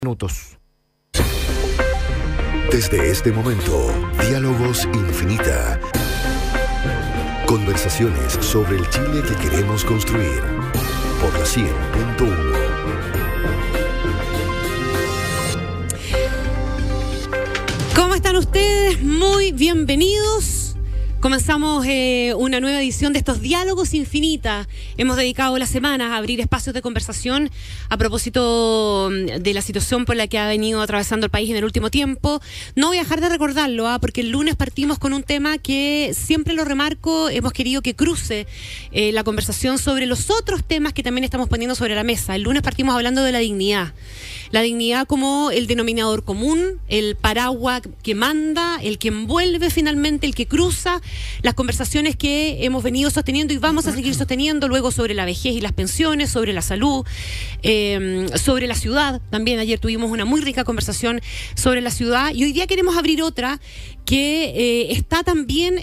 Minutos. Desde este momento, Diálogos Infinita. Conversaciones sobre el Chile que queremos construir. Por la 100.1. ¿Cómo están ustedes? Muy bienvenidos. Comenzamos una nueva edición de estos Diálogos Infinita. Hemos dedicado la semana a abrir espacios de conversación a propósito de la situación por la que ha venido atravesando el país en el último tiempo. No voy a dejar de recordarlo, porque el lunes partimos con un tema que siempre lo remarco, hemos querido que cruce la conversación sobre los otros temas que también estamos poniendo sobre la mesa. El lunes partimos hablando de la dignidad. La dignidad como el denominador común, el paraguas que manda, el que envuelve finalmente, el que cruza las conversaciones que hemos venido sosteniendo y vamos a seguir sosteniendo luego sobre la vejez y las pensiones, sobre la salud, sobre la ciudad. También ayer tuvimos una muy rica conversación sobre la ciudad y hoy día queremos abrir otra que está también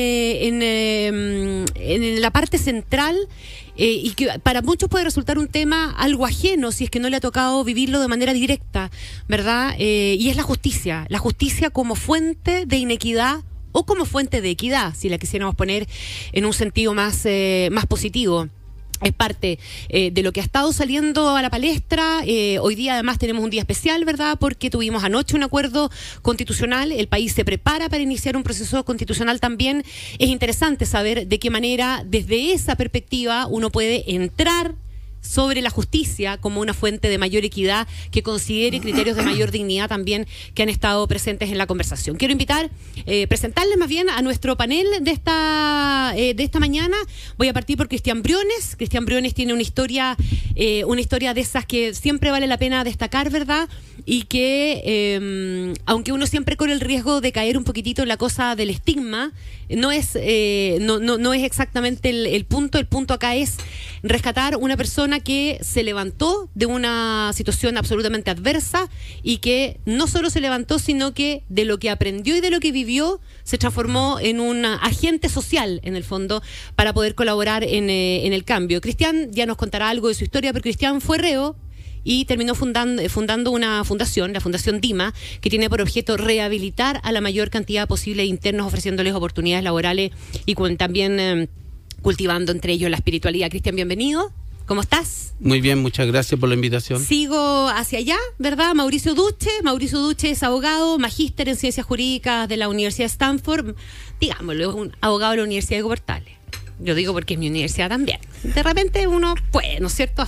en la parte central y que para muchos puede resultar un tema algo ajeno si es que no le ha tocado vivirlo de manera directa, ¿verdad? Y es la justicia como fuente de inequidad o como fuente de equidad, si la quisiéramos poner en un sentido más positivo. Es parte de lo que ha estado saliendo a la palestra. Hoy día además tenemos un día especial, ¿verdad? Porque tuvimos anoche un acuerdo constitucional. El país se prepara para iniciar un proceso constitucional también. Es interesante saber de qué manera, desde esa perspectiva, uno puede entrar sobre la justicia como una fuente de mayor equidad que considere criterios de mayor dignidad también que han estado presentes en la conversación. Quiero presentarles más bien a nuestro panel de esta mañana. Voy a partir por Cristian Briones. Cristian Briones tiene una historia de esas que siempre vale la pena destacar, ¿verdad? Y que, aunque uno siempre corre el riesgo de caer un poquitito en la cosa del estigma, no es exactamente el punto. El punto acá es rescatar una persona que se levantó de una situación absolutamente adversa y que no solo se levantó, sino que de lo que aprendió y de lo que vivió se transformó en un agente social, en el fondo, para poder colaborar en el cambio. Cristian ya nos contará algo de su historia, pero Cristian fue reo y terminó fundando una fundación, la Fundación Dima, que tiene por objeto rehabilitar a la mayor cantidad posible de internos, ofreciéndoles oportunidades laborales y también cultivando entre ellos la espiritualidad. Cristian, bienvenido. ¿Cómo estás? Muy bien, muchas gracias por la invitación. Sigo hacia allá, ¿verdad? Mauricio Duche es abogado, magíster en Ciencias Jurídicas de la Universidad de Stanford, digámoslo, es un abogado de la Universidad de Portales. Yo digo porque es mi universidad también. De repente uno puede, ¿no es cierto?,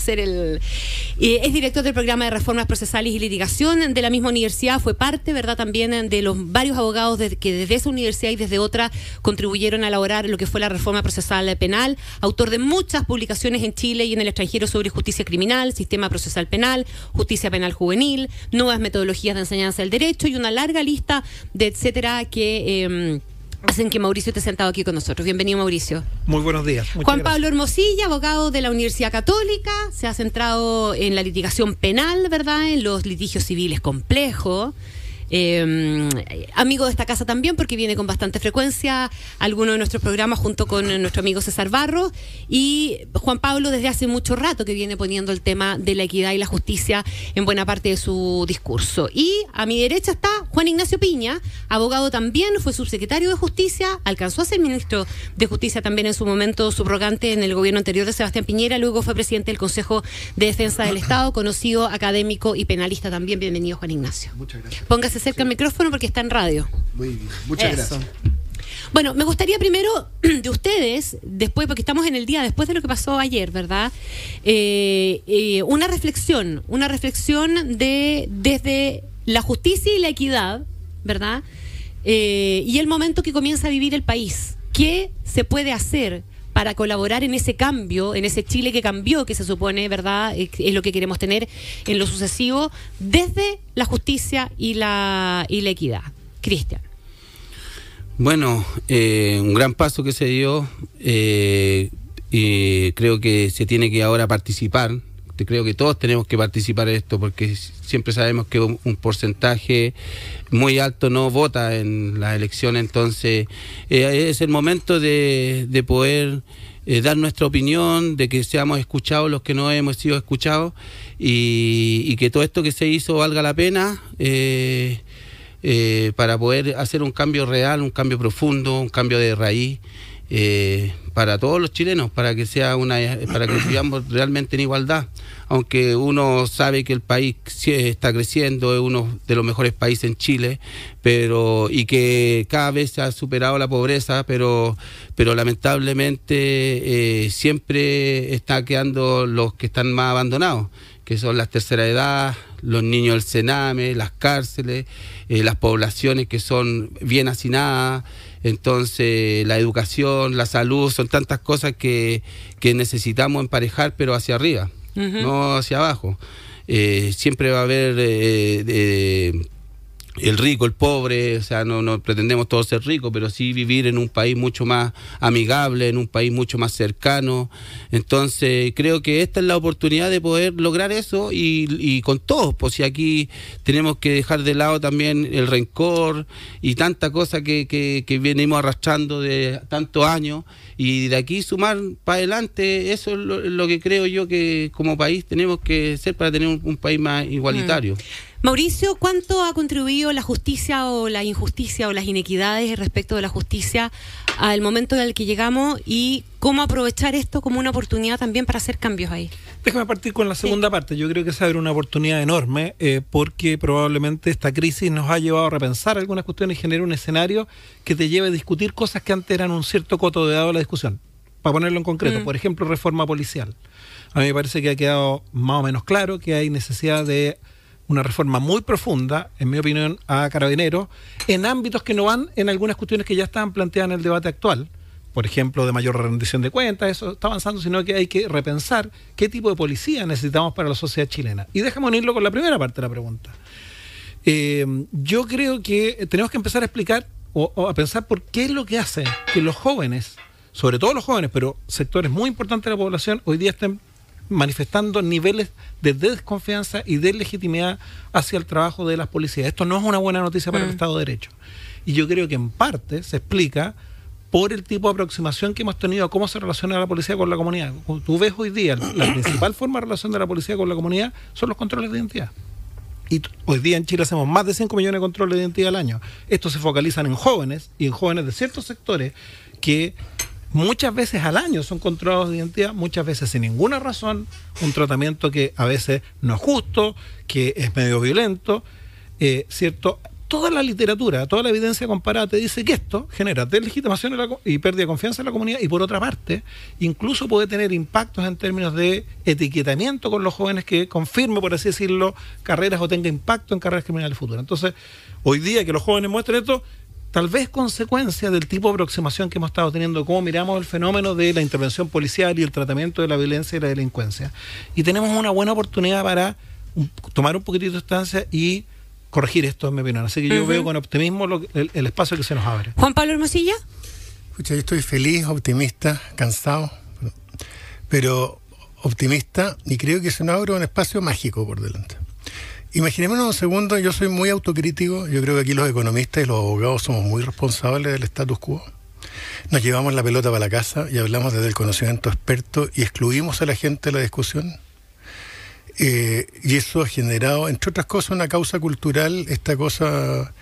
es director del programa de reformas procesales y litigación de la misma universidad. Fue parte, ¿verdad?, también de los varios abogados que desde esa universidad y desde otra contribuyeron a elaborar lo que fue la reforma procesal penal. Autor de muchas publicaciones en Chile y en el extranjero sobre justicia criminal, sistema procesal penal, justicia penal juvenil, nuevas metodologías de enseñanza del derecho y una larga lista de etcétera que hacen que Mauricio esté sentado aquí con nosotros. Bienvenido, Mauricio. Muy buenos días. Juan Pablo Hermosilla, abogado de la Universidad Católica, se ha centrado en la litigación penal, ¿verdad?, en los litigios civiles complejos. Amigo de esta casa también, porque viene con bastante frecuencia a alguno de nuestros programas junto con nuestro amigo César Barros. Y Juan Pablo desde hace mucho rato que viene poniendo el tema de la equidad y la justicia en buena parte de su discurso. Y a mi derecha está Juan Ignacio Piña, abogado también, fue subsecretario de Justicia, alcanzó a ser ministro de Justicia también en su momento subrogante en el gobierno anterior de Sebastián Piñera, luego fue presidente del Consejo de Defensa del Estado, conocido académico y penalista también. Bienvenido, Juan Ignacio. Muchas gracias. Póngase cerca el micrófono porque está en radio. Muy bien, muchas gracias. Bueno, me gustaría primero de ustedes, después, porque estamos en el día después de lo que pasó ayer, ¿verdad? Una reflexión desde la justicia y la equidad, ¿verdad? Y el momento que comienza a vivir el país. ¿Qué se puede hacer para colaborar en ese cambio, en ese Chile que cambió, que se supone, ¿verdad?, es lo que queremos tener en lo sucesivo, desde la justicia y la equidad? Cristian. Bueno, un gran paso que se dio, y creo que se tiene que ahora participar. Creo que todos tenemos que participar en esto, porque siempre sabemos que un porcentaje muy alto no vota en las elecciones. Entonces es el momento de poder dar nuestra opinión, de que seamos escuchados los que no hemos sido escuchados, y que todo esto que se hizo valga la pena, para poder hacer un cambio real, un cambio profundo, un cambio de raíz, para todos los chilenos, para que vivamos realmente en igualdad. Aunque uno sabe que el país está creciendo, es uno de los mejores países en Chile, y que cada vez se ha superado la pobreza, pero lamentablemente siempre está quedando los que están más abandonados, que son las tercera edad, los niños del Sename, las cárceles, las poblaciones que son bien hacinadas. Entonces la educación, la salud, son tantas cosas que necesitamos emparejar, pero hacia arriba, no hacia abajo. Siempre va a haber el rico, el pobre, o sea, no pretendemos todos ser ricos, pero sí vivir en un país mucho más amigable, en un país mucho más cercano. Entonces creo que esta es la oportunidad de poder lograr eso, y con todos, pues si aquí tenemos que dejar de lado también el rencor y tanta cosa que venimos arrastrando de tantos años, y de aquí sumar para adelante. Eso es lo que creo yo que como país tenemos que ser para tener un país más igualitario. Mauricio, ¿cuánto ha contribuido la justicia o la injusticia o las inequidades respecto de la justicia al momento en el que llegamos, y cómo aprovechar esto como una oportunidad también para hacer cambios ahí? Déjame partir con la segunda parte. Yo creo que se abre una oportunidad enorme, porque probablemente esta crisis nos ha llevado a repensar algunas cuestiones y genera un escenario que te lleve a discutir cosas que antes eran un cierto coto de dado a la discusión. Para ponerlo en concreto, por ejemplo, reforma policial. A mí me parece que ha quedado más o menos claro que hay necesidad de una reforma muy profunda, en mi opinión, a Carabineros, en ámbitos que no van en algunas cuestiones que ya estaban planteadas en el debate actual. Por ejemplo, de mayor rendición de cuentas, eso está avanzando, sino que hay que repensar qué tipo de policía necesitamos para la sociedad chilena. Y déjame unirlo con la primera parte de la pregunta. Yo creo que tenemos que empezar a explicar o a pensar por qué es lo que hace que los jóvenes, sobre todo los jóvenes, pero sectores muy importantes de la población, hoy día estén manifestando niveles de desconfianza y de legitimidad hacia el trabajo de las policías. Esto no es una buena noticia para el Estado de Derecho. Y yo creo que en parte se explica por el tipo de aproximación que hemos tenido a cómo se relaciona la policía con la comunidad. Como tú ves hoy día, la principal forma de relación de la policía con la comunidad son los controles de identidad. Y hoy día en Chile hacemos más de 5 millones de controles de identidad al año. Estos se focalizan en jóvenes, y en jóvenes de ciertos sectores que muchas veces al año son controlados de identidad, muchas veces sin ninguna razón, un tratamiento que a veces no es justo, que es medio violento, ¿cierto? Toda la literatura, toda la evidencia comparada te dice que esto genera deslegitimación y pérdida de confianza en la comunidad, y por otra parte, incluso puede tener impactos en términos de etiquetamiento con los jóvenes que confirme, por así decirlo, carreras o tenga impacto en carreras criminales futuras. Entonces, hoy día que los jóvenes muestren esto, tal vez consecuencia del tipo de aproximación que hemos estado teniendo, cómo miramos el fenómeno de la intervención policial y el tratamiento de la violencia y la delincuencia. Y tenemos una buena oportunidad para tomar un poquitito de distancia y corregir esto, en mi opinión. Así que yo veo con optimismo el espacio que se nos abre. Juan Pablo Hermosilla. Escucha, yo estoy feliz, optimista, cansado, pero optimista, y creo que se nos abre un espacio mágico por delante. Imaginémonos un segundo, yo soy muy autocrítico, yo creo que aquí los economistas y los abogados somos muy responsables del status quo. Nos llevamos la pelota para la casa y hablamos desde el conocimiento experto y excluimos a la gente de la discusión. Y eso ha generado, entre otras cosas, una causa cultural, esta cosa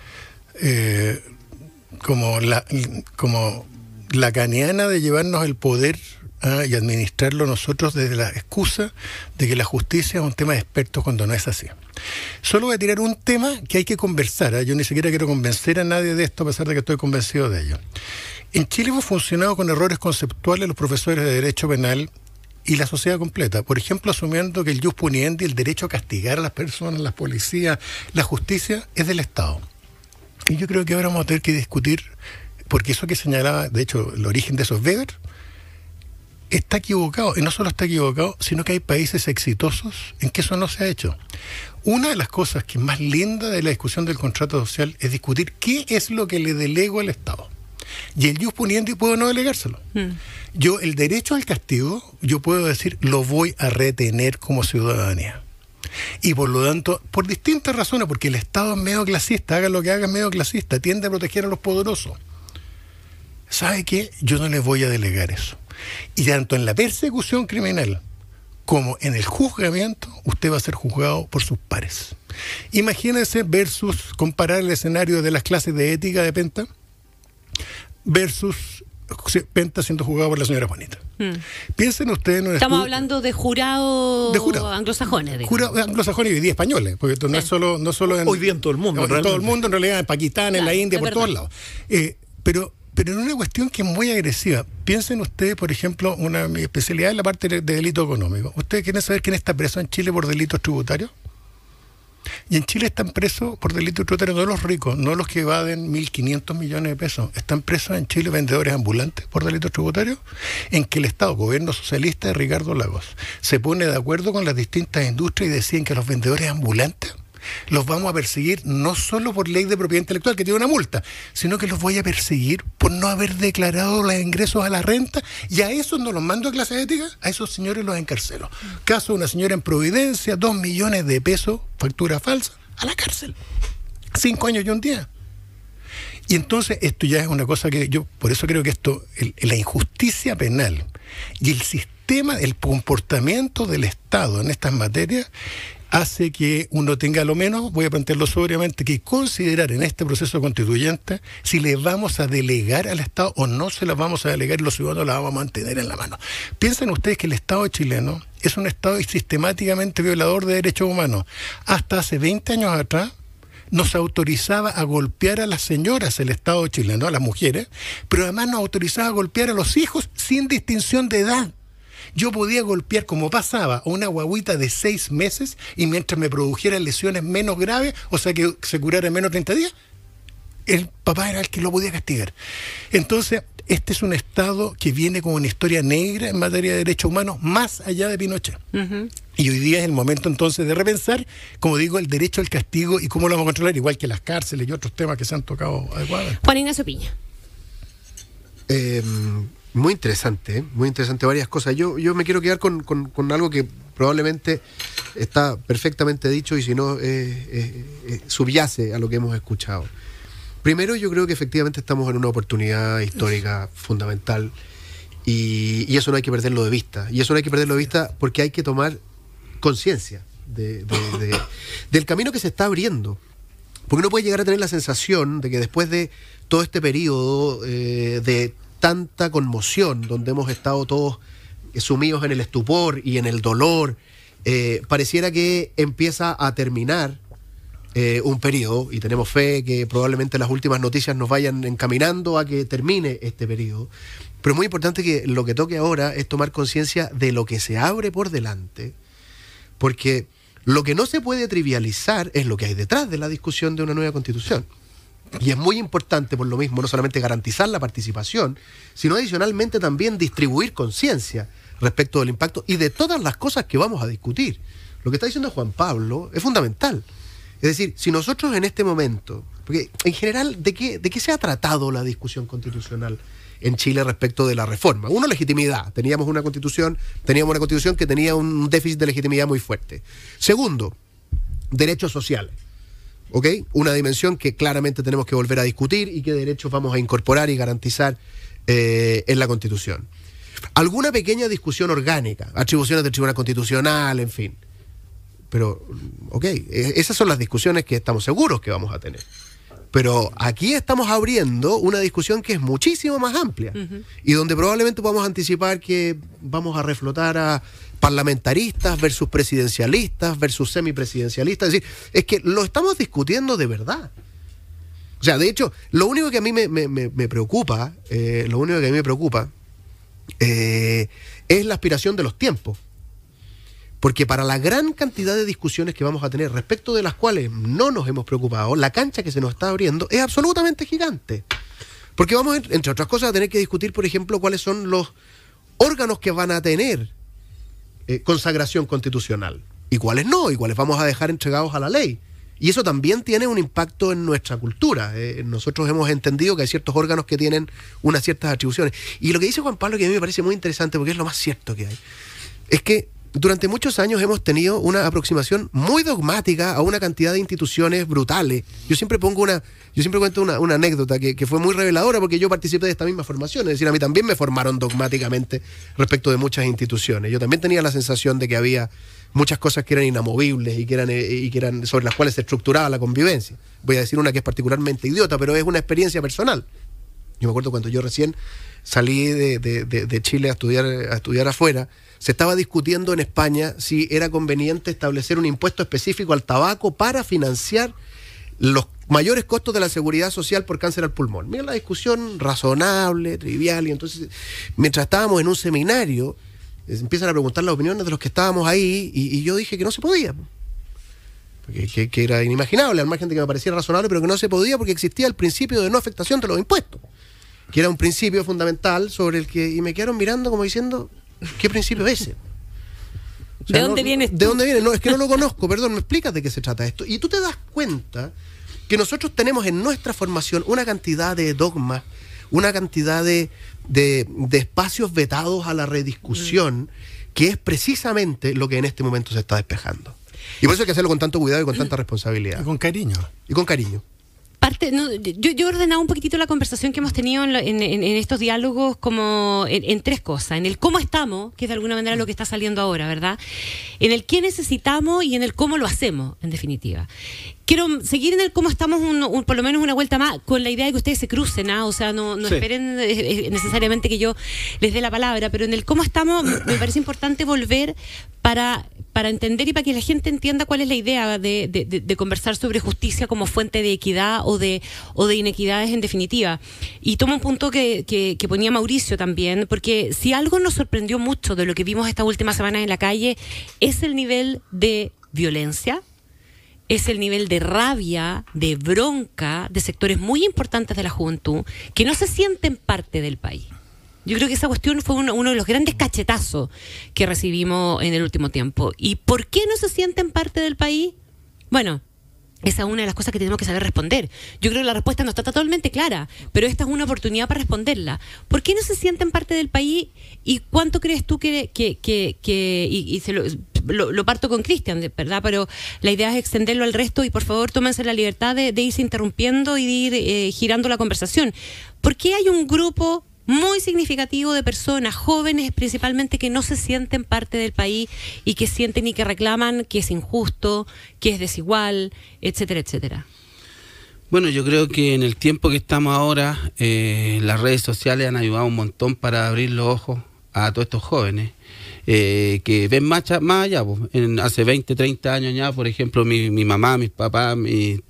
como lacaniana de llevarnos el poder y administrarlo nosotros desde la excusa de que la justicia es un tema de expertos cuando no es así. Solo voy a tirar un tema que hay que conversar. Yo ni siquiera quiero convencer a nadie de esto, a pesar de que estoy convencido de ello. En Chile hemos funcionado con errores conceptuales los profesores de Derecho Penal y la sociedad completa. Por ejemplo, asumiendo que el jus puniendi, el derecho a castigar a las personas, las policías, la justicia, es del Estado. Y yo creo que ahora vamos a tener que discutir, porque eso que señalaba, de hecho, el origen de eso es Weber, está equivocado. Y no solo está equivocado, sino que hay países exitosos en que eso no se ha hecho. Una de las cosas que es más linda de la discusión del contrato social es discutir qué es lo que le delego al Estado. Y el jus puniendi puedo no delegárselo. Yo, el derecho al castigo, yo puedo decir, lo voy a retener como ciudadanía. Y por lo tanto, por distintas razones, porque el Estado es medio clasista, haga lo que haga, es medio clasista, tiende a proteger a los poderosos. ¿Sabe qué? Yo no les voy a delegar eso. Y tanto en la persecución criminal como en el juzgamiento, usted va a ser juzgado por sus pares. Imagínense comparar el escenario de las clases de ética de Penta versus Penta siendo juzgado por la señora Juanita. Piensen ustedes en un Estamos hablando de jurados anglosajones. Jurados anglosajones y hoy día españoles, porque esto no es solo en... Hoy día en todo el mundo. En todo el mundo, en realidad, en Pakistán, en la India, por todos lados. Pero en una cuestión que es muy agresiva. Piensen ustedes, por ejemplo, mi especialidad es la parte de delito económico. ¿Ustedes quieren saber quién está preso en Chile por delitos tributarios? Y en Chile están presos por delitos tributarios no los ricos, no los que evaden 1.500 millones de pesos. Están presos en Chile vendedores ambulantes por delitos tributarios, en que el Estado, gobierno socialista de Ricardo Lagos, se pone de acuerdo con las distintas industrias y deciden que los vendedores ambulantes los vamos a perseguir no solo por ley de propiedad intelectual, que tiene una multa, sino que los voy a perseguir por no haber declarado los ingresos a la renta, y a esos no los mando a clase ética, a esos señores los encarcelo. Caso de una señora en Providencia, 2 millones de pesos, factura falsa, a la cárcel. 5 años y un día. Y entonces esto ya es una cosa que yo, por eso creo que la injusticia penal y el sistema, el comportamiento del Estado en estas materias hace que uno tenga, lo menos, voy a plantearlo sobriamente, que considerar en este proceso constituyente si le vamos a delegar al Estado o no se la vamos a delegar y los ciudadanos la vamos a mantener en la mano. Piensen ustedes que el Estado chileno es un Estado sistemáticamente violador de derechos humanos. Hasta hace 20 años atrás nos autorizaba a golpear a las señoras, el Estado chileno, a las mujeres, pero además nos autorizaba a golpear a los hijos sin distinción de edad. Yo podía golpear, como pasaba, a una guaguita de 6 meses y mientras me produjera lesiones menos graves, o sea que se curara en menos de 30 días, el papá era el que lo podía castigar. Entonces, este es un Estado que viene con una historia negra en materia de derechos humanos más allá de Pinochet. Y hoy día es el momento entonces de repensar, como digo, el derecho al castigo y cómo lo vamos a controlar, igual que las cárceles y otros temas que se han tocado adecuadamente. Juan Ignacio Piña. Muy interesante varias cosas. Yo me quiero quedar con algo que probablemente está perfectamente dicho y si no subyace a lo que hemos escuchado. Primero, yo creo que efectivamente estamos en una oportunidad histórica fundamental y eso no hay que perderlo de vista. Y eso no hay que perderlo de vista porque hay que tomar conciencia del camino que se está abriendo. Porque uno puede llegar a tener la sensación de que después de todo este periodo de tanta conmoción, donde hemos estado todos sumidos en el estupor y en el dolor, pareciera que empieza a terminar un periodo, y tenemos fe que probablemente las últimas noticias nos vayan encaminando a que termine este periodo, pero es muy importante que lo que toque ahora es tomar conciencia de lo que se abre por delante, porque lo que no se puede trivializar es lo que hay detrás de la discusión de una nueva constitución. Y es muy importante, por lo mismo, no solamente garantizar la participación, sino adicionalmente también distribuir conciencia respecto del impacto y de todas las cosas que vamos a discutir. Lo que está diciendo Juan Pablo es fundamental. Es decir, si nosotros en este momento, porque en general, ¿de qué se ha tratado la discusión constitucional en Chile respecto de la reforma? Uno, legitimidad. Teníamos una constitución que tenía un déficit de legitimidad muy fuerte. Segundo, derechos sociales. ¿Ok? Una dimensión que claramente tenemos que volver a discutir y qué derechos vamos a incorporar y garantizar en la Constitución. Alguna pequeña discusión orgánica, atribuciones del Tribunal Constitucional, en fin. Pero, ok, esas son las discusiones que estamos seguros que vamos a tener. Pero aquí estamos abriendo una discusión que es muchísimo más amplia y donde probablemente podamos anticipar que vamos a reflotar a parlamentaristas versus presidencialistas versus semipresidencialistas. Es decir, es que lo estamos discutiendo de verdad. O sea, de hecho, lo único que a mí me preocupa, es la aspiración de los tiempos. Porque para la gran cantidad de discusiones que vamos a tener, respecto de las cuales no nos hemos preocupado, la cancha que se nos está abriendo es absolutamente gigante. Porque vamos, entre otras cosas, a tener que discutir, por ejemplo, cuáles son los órganos que van a tener consagración constitucional y cuáles no, y cuáles vamos a dejar entregados a la ley. Y eso también tiene un impacto en nuestra cultura. Nosotros hemos entendido que hay ciertos órganos que tienen unas ciertas atribuciones. Y lo que dice Juan Pablo, que a mí me parece muy interesante, porque es lo más cierto que hay, es que durante muchos años hemos tenido una aproximación muy dogmática a una cantidad de instituciones brutales. Yo siempre cuento una anécdota que fue muy reveladora, porque yo participé de esta misma formación. Es decir, a mí también me formaron dogmáticamente respecto de muchas instituciones. Yo también tenía la sensación de que había muchas cosas que eran inamovibles y que eran sobre las cuales se estructuraba la convivencia. Voy a decir una que es particularmente idiota, pero es una experiencia personal. Yo me acuerdo cuando yo recién salí de Chile a estudiar afuera, se estaba discutiendo en España si era conveniente establecer un impuesto específico al tabaco para financiar los mayores costos de la seguridad social por cáncer al pulmón. Mira la discusión razonable, trivial, y entonces, mientras estábamos en un seminario, empiezan a preguntar las opiniones de los que estábamos ahí, y yo dije que no se podía. Que era inimaginable, al margen de que me pareciera razonable, pero que no se podía porque existía el principio de no afectación de los impuestos, que era un principio fundamental sobre el que... Y me quedaron mirando como diciendo, ¿qué principio es ese? O sea, ¿De dónde vienes tú? ¿De dónde viene? No, es que no lo conozco, perdón, ¿me explicas de qué se trata esto? Y tú te das cuenta que nosotros tenemos en nuestra formación una cantidad de dogmas, una cantidad de espacios vetados a la rediscusión, que es precisamente lo que en este momento se está despejando. Y por eso hay que hacerlo con tanto cuidado y con tanta responsabilidad. Y con cariño. Y con cariño. Yo he ordenado un poquitito la conversación que hemos tenido en estos diálogos como en tres cosas. En el cómo estamos, que es de alguna manera lo que está saliendo ahora, ¿verdad? En el qué necesitamos y en el cómo lo hacemos, en definitiva. Quiero seguir en el cómo estamos por lo menos una vuelta más, con la idea de que ustedes se crucen, ¿ah? O sea, no Sí. esperen necesariamente que yo les dé la palabra, pero en el cómo estamos me parece importante volver para entender y para que la gente entienda cuál es la idea de conversar sobre justicia como fuente de equidad o de inequidades en definitiva. Y tomo un punto que ponía Mauricio también, porque si algo nos sorprendió mucho de lo que vimos esta última semana en la calle es el nivel de violencia, es el nivel de rabia, de bronca de sectores muy importantes de la juventud que no se sienten parte del país. Yo creo que esa cuestión fue uno de los grandes cachetazos que recibimos en el último tiempo. ¿Y por qué no se sienten parte del país? Bueno, esa es una de las cosas que tenemos que saber responder. Yo creo que la respuesta no está totalmente clara, pero esta es una oportunidad para responderla. ¿Por qué no se sienten parte del país? ¿Y cuánto crees tú lo parto con Cristian, ¿verdad? Pero la idea es extenderlo al resto y por favor tómense la libertad de irse interrumpiendo y de ir girando la conversación. ¿Por qué hay un grupo muy significativo de personas, jóvenes principalmente, que no se sienten parte del país y que sienten y que reclaman que es injusto, que es desigual, etcétera, etcétera? Bueno, yo creo que en el tiempo que estamos ahora, las redes sociales han ayudado un montón para abrir los ojos a todos estos jóvenes que ven más allá. Pues. Hace 20, 30 años ya, por ejemplo, mi mamá, mis papás, mis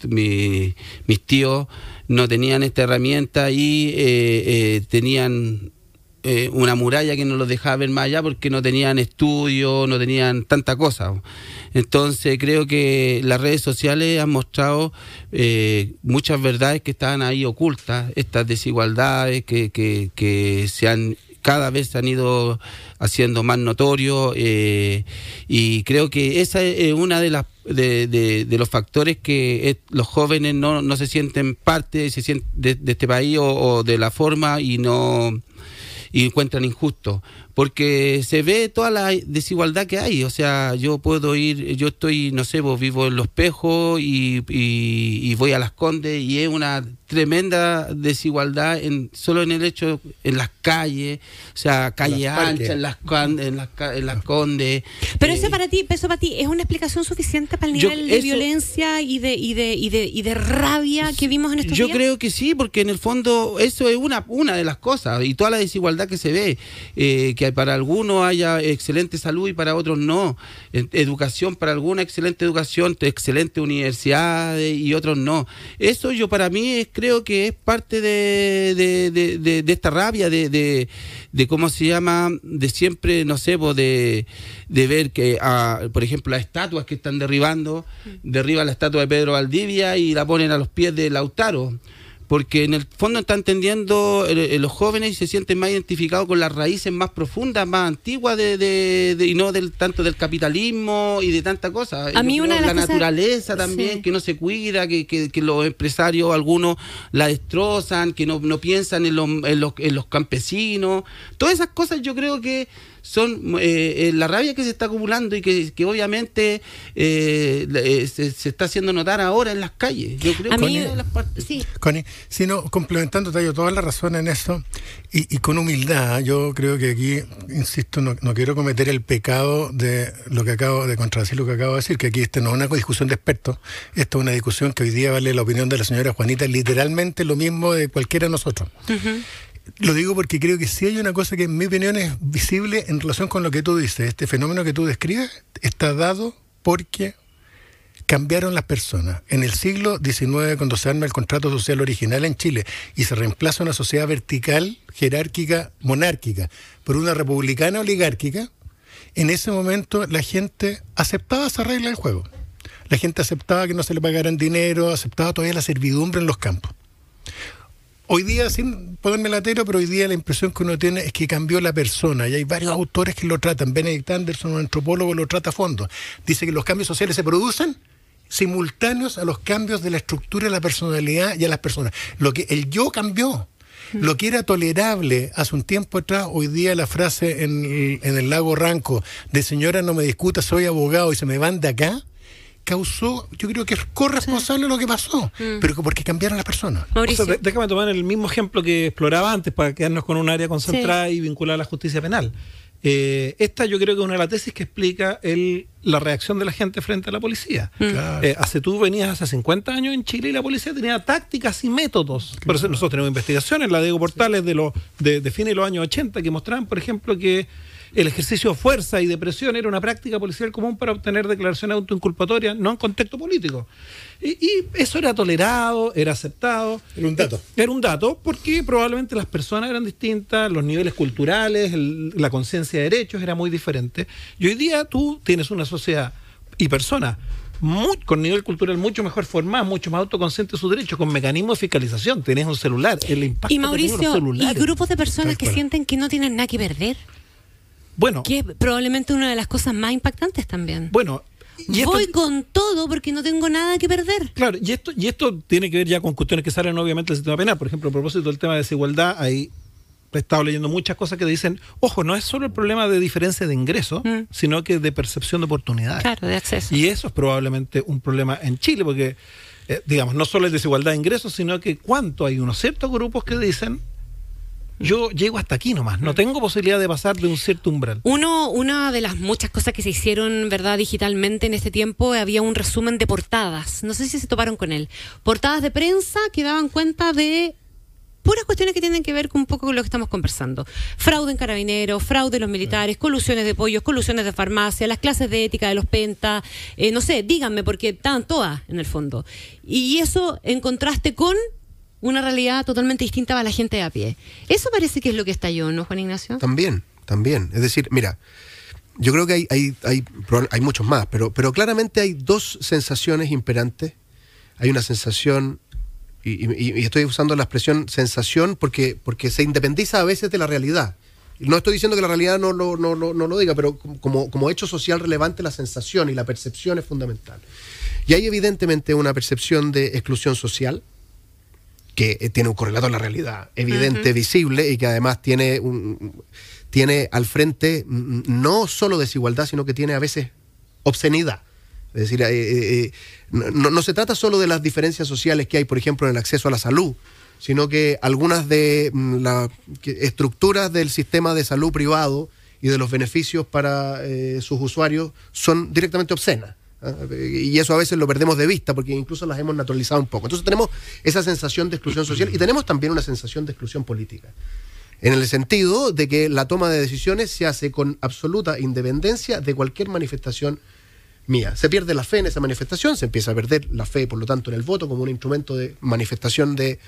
tíos no tenían esta herramienta y tenían una muralla que no los dejaba ver más allá porque no tenían estudio, no tenían tanta cosa. Entonces creo que las redes sociales han mostrado muchas verdades que estaban ahí ocultas, estas desigualdades que cada vez se han ido haciendo más notorios, y creo que esa es una de los factores que los jóvenes no se sienten parte de este país o de la forma y encuentran injusto, porque se ve toda la desigualdad que hay. O sea, yo estoy, no sé, vivo en Los Pejos y voy a Las Condes y es una tremenda desigualdad solo en el hecho, en las calles, o sea, calle ancha, en las Condes. Pero eso para ti es una explicación suficiente para el nivel de violencia y de rabia que vimos en estos días. Yo creo que sí, porque en el fondo eso es una de las cosas, y toda la desigualdad que se ve, que para algunos haya excelente salud y para otros no, educación para algunos, excelente educación, excelente universidades y otros no. Eso para mí creo que es parte de esta rabia, de cómo se llama, de siempre, no sé, de ver que, por ejemplo, las estatuas que están derriban la estatua de Pedro Valdivia y la ponen a los pies de Lautaro. Porque en el fondo están entendiendo los jóvenes y se sienten más identificados con las raíces más profundas, más antiguas y no tanto del capitalismo y de tanta cosa. A mí una de las cosas, naturaleza también, sí, que no se cuida, que los empresarios, algunos la destrozan, que no piensan en los campesinos. Todas esas cosas yo creo que son la rabia que se está acumulando y que obviamente se está haciendo notar ahora en las calles. Yo creo A que mí- una de las partes. Sí. Connie, sino complementando, te doy toda la razón en eso y con humildad. Yo creo que aquí, insisto, no quiero cometer el pecado de lo que acabo de contradecir, lo que acabo de decir, que aquí no es una discusión de expertos, esto es una discusión que hoy día vale la opinión de la señora Juanita, literalmente lo mismo de cualquiera de nosotros. Lo digo porque creo que sí hay una cosa que en mi opinión es visible en relación con lo que tú dices. Este fenómeno que tú describes está dado porque cambiaron las personas. En el siglo XIX, cuando se arma el contrato social original en Chile y se reemplaza una sociedad vertical, jerárquica, monárquica, por una republicana oligárquica, en ese momento la gente aceptaba esa regla del juego. La gente aceptaba que no se le pagaran dinero, aceptaba todavía la servidumbre en los campos. Hoy día, sin ponerme latero, pero hoy día la impresión que uno tiene es que cambió la persona, y hay varios autores que lo tratan. Benedict Anderson, un antropólogo, lo trata a fondo. Dice que los cambios sociales se producen simultáneos a los cambios de la estructura de la personalidad y a las personas. Lo que el yo cambió. Lo que era tolerable hace un tiempo atrás, hoy día la frase en el lago Ranco de señora no me discuta, soy abogado y se me van de acá, causó, yo creo que es corresponsable de lo que pasó, pero porque cambiaron las personas. Mauricio. O sea, déjame tomar el mismo ejemplo que exploraba antes para quedarnos con un área concentrada y vinculada a la justicia penal. Esta yo creo que es una de las tesis que explica la reacción de la gente frente a la policía. Claro. Tú venías hace 50 años en Chile y la policía tenía tácticas y métodos. Por eso nosotros tenemos investigaciones, la de Diego Portales de fines de los años 80 que mostraban, por ejemplo, que el ejercicio de fuerza y de presión era una práctica policial común para obtener declaración autoinculpatoria, no en contexto político. Y eso era tolerado, era aceptado. Era un dato. Era un dato porque probablemente las personas eran distintas, los niveles culturales, la conciencia de derechos era muy diferente. Y hoy día tú tienes una sociedad y personas con nivel cultural mucho mejor formada, mucho más autoconsciente de sus derechos, con mecanismos de fiscalización. Tenés un celular, el impacto Y que tienen los Mauricio, celulares. y grupos de personas Tal que cual. sienten que no tienen nada que perder, Bueno, que es probablemente una de las cosas más impactantes también. bueno. Y esto- Voy con todo porque no tengo nada que perder. Claro, y esto tiene que ver ya con cuestiones que salen obviamente del sistema penal. Por ejemplo, a propósito del tema de desigualdad, ahí he estado leyendo muchas cosas que dicen, ojo, no es solo el problema de diferencia de ingresos, sino que de percepción de oportunidades. Claro, de acceso. Y eso es probablemente un problema en Chile, porque, digamos, no solo es desigualdad de ingresos, sino que cuánto hay unos ciertos grupos que dicen, yo llego hasta aquí nomás, no tengo posibilidad de pasar de un cierto umbral. Una de las muchas cosas que se hicieron, ¿verdad?, digitalmente en este tiempo, había un resumen de portadas. No sé si se toparon con él. Portadas de prensa que daban cuenta de puras cuestiones que tienen que ver con un poco con lo que estamos conversando. Fraude en carabineros, fraude en los militares, colusiones de pollos, colusiones de farmacia, las clases de ética de los pentas, no sé, díganme, porque estaban todas en el fondo. Y eso en contraste con una realidad totalmente distinta a la gente de a pie. Eso parece que es lo que estalló, ¿no, Juan Ignacio? También. Es decir, mira, yo creo que hay muchos más, pero claramente hay dos sensaciones imperantes. Hay una sensación, y estoy usando la expresión sensación porque se independiza a veces de la realidad. No estoy diciendo que la realidad no lo diga, pero como hecho social relevante, la sensación y la percepción es fundamental. Y hay evidentemente una percepción de exclusión social, que tiene un correlato en la realidad evidente, visible, y que además tiene al frente no solo desigualdad, sino que tiene a veces obscenidad. Es decir, no se trata solo de las diferencias sociales que hay, por ejemplo, en el acceso a la salud, sino que algunas de las estructuras del sistema de salud privado y de los beneficios para sus usuarios son directamente obscenas. Y eso a veces lo perdemos de vista porque incluso las hemos naturalizado un poco. Entonces tenemos esa sensación de exclusión social y tenemos también una sensación de exclusión política, en el sentido de que la toma de decisiones se hace con absoluta independencia de cualquier manifestación mía. Se pierde la fe en esa manifestación, se empieza a perder la fe, por lo tanto, en el voto como un instrumento de manifestación de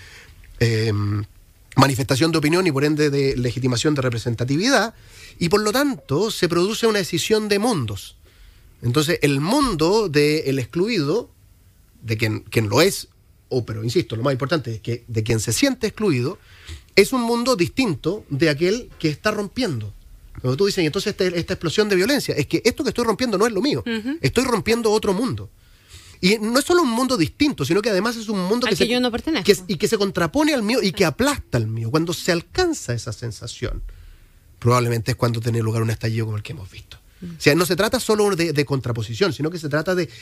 opinión y por ende de legitimación de representatividad, y por lo tanto se produce una escisión de mundos. Entonces, el mundo del excluido, de quien lo es, pero insisto, lo más importante es que de quien se siente excluido, es un mundo distinto de aquel que está rompiendo. Cuando tú dices, y entonces esta explosión de violencia, es que esto que estoy rompiendo no es lo mío, estoy rompiendo otro mundo. Y no es solo un mundo distinto, sino que además es un mundo Al que yo no pertenezco. que se contrapone al mío y que aplasta al mío. Cuando se alcanza esa sensación, probablemente es cuando tiene lugar un estallido como el que hemos visto. O sea, no se trata solo de contraposición, sino que se trata de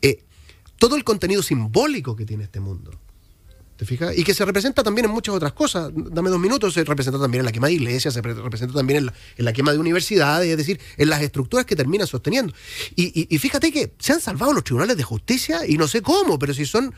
todo el contenido simbólico que tiene este mundo. ¿Te fijas? Y que se representa también en muchas otras cosas. Dame 2 minutos. Se representa también en la quema de iglesias, se representa también en la quema de universidades, es decir, en las estructuras que terminan sosteniendo. Y fíjate que se han salvado los tribunales de justicia, y no sé cómo, pero si son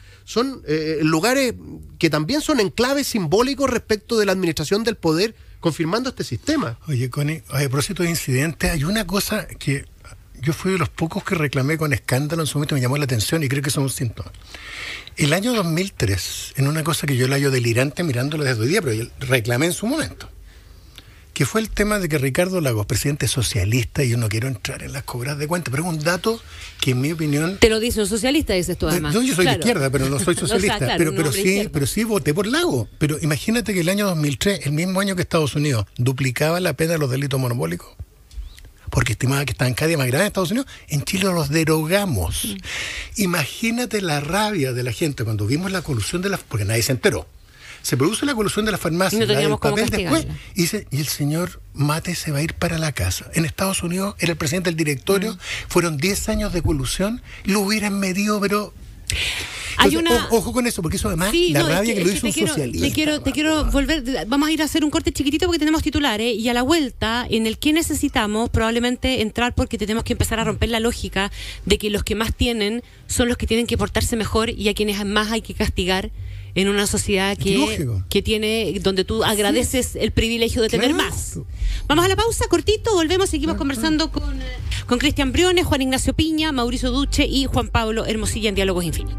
lugares que también son enclaves simbólicos respecto de la administración del poder, confirmando este sistema. Oye, Connie, a propósito de incidentes, hay una cosa que yo fui de los pocos que reclamé con escándalo en su momento, me llamó la atención y creo que son un síntoma. El año 2003, en una cosa que yo la hallo delirante mirándolo desde hoy día, pero yo reclamé en su momento, que fue el tema de que Ricardo Lagos, presidente socialista, y yo no quiero entrar en las cobras de cuenta, pero es un dato que en mi opinión... Te lo dice un socialista, dices tú además. No, yo soy de izquierda, pero no soy socialista, pero sí voté por Lagos. Pero imagínate que el año 2003, el mismo año que Estados Unidos duplicaba la pena de los delitos monopólicos, porque estimaba que estaban cada día más graves en Estados Unidos, en Chile los derogamos. Imagínate la rabia de la gente cuando vimos la colusión de las... porque nadie se enteró. Se produce la colusión de las farmacias, no teníamos la del papel cómo después, y el señor Mate se va a ir para la casa. En Estados Unidos era el presidente del directorio, fueron 10 años de colusión, lo hubieran medido, pero... Entonces, ojo con eso, porque eso además, la rabia que lo hizo un socialista. Te quiero volver, vamos a ir a hacer un corte chiquitito porque tenemos titulares, y a la vuelta, en el que necesitamos probablemente entrar, porque tenemos que empezar a romper la lógica de que los que más tienen son los que tienen que portarse mejor, y a quienes más hay que castigar en una sociedad que tiene, donde tú agradeces el privilegio de tener más. Vamos a la pausa, cortito, volvemos, seguimos conversando con Cristian Briones, Juan Ignacio Piña, Mauricio Duche y Juan Pablo Hermosilla en Diálogos Infinita.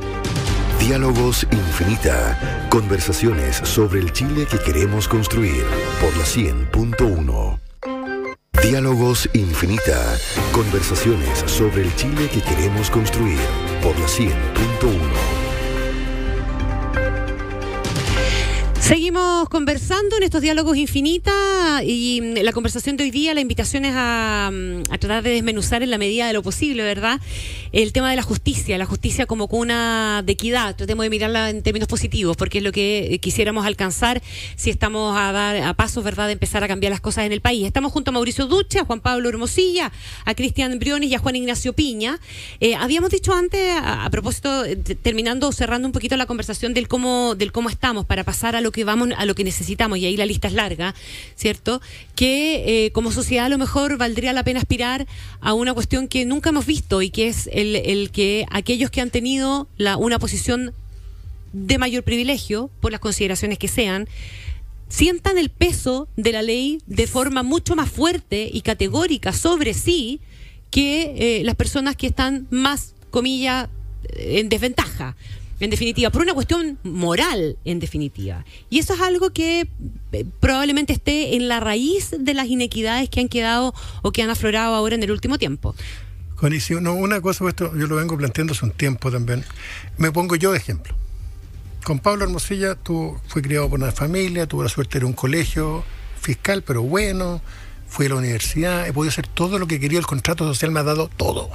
Diálogos Infinita. Conversaciones sobre el Chile que queremos construir por la 100.1. Diálogos Infinita. Conversaciones sobre el Chile que queremos construir por la 100.1. Seguimos conversando en estos Diálogos Infinita, y la conversación de hoy día, la invitación es a tratar de desmenuzar en la medida de lo posible, ¿verdad?, el tema de la justicia como cuna de equidad. Tratemos de mirarla en términos positivos, porque es lo que quisiéramos alcanzar si estamos a pasos, ¿verdad?, de empezar a cambiar las cosas en el país. Estamos junto a Mauricio Duche, a Juan Pablo Hermosilla, a Cristian Briones y a Juan Ignacio Piña. Habíamos dicho antes, a propósito, cerrando un poquito la conversación del cómo estamos, para pasar a lo que vamos, a lo que necesitamos, y ahí la lista es larga, ¿cierto?, que como sociedad a lo mejor valdría la pena aspirar a una cuestión que nunca hemos visto, y que es el que aquellos que han tenido una posición de mayor privilegio, por las consideraciones que sean, sientan el peso de la ley de forma mucho más fuerte y categórica sobre sí que las personas que están más, comillas, en desventaja. En definitiva, por una cuestión moral, en definitiva. Y eso es algo que probablemente esté en la raíz de las inequidades que han quedado o que han aflorado ahora en el último tiempo. Connie, una cosa, esto yo lo vengo planteando hace un tiempo también. Me pongo yo de ejemplo. Con Pablo Hermosilla, fui criado por una familia, tuve la suerte de ir a un colegio fiscal, pero bueno, fui a la universidad, he podido hacer todo lo que quería, el contrato social me ha dado todo.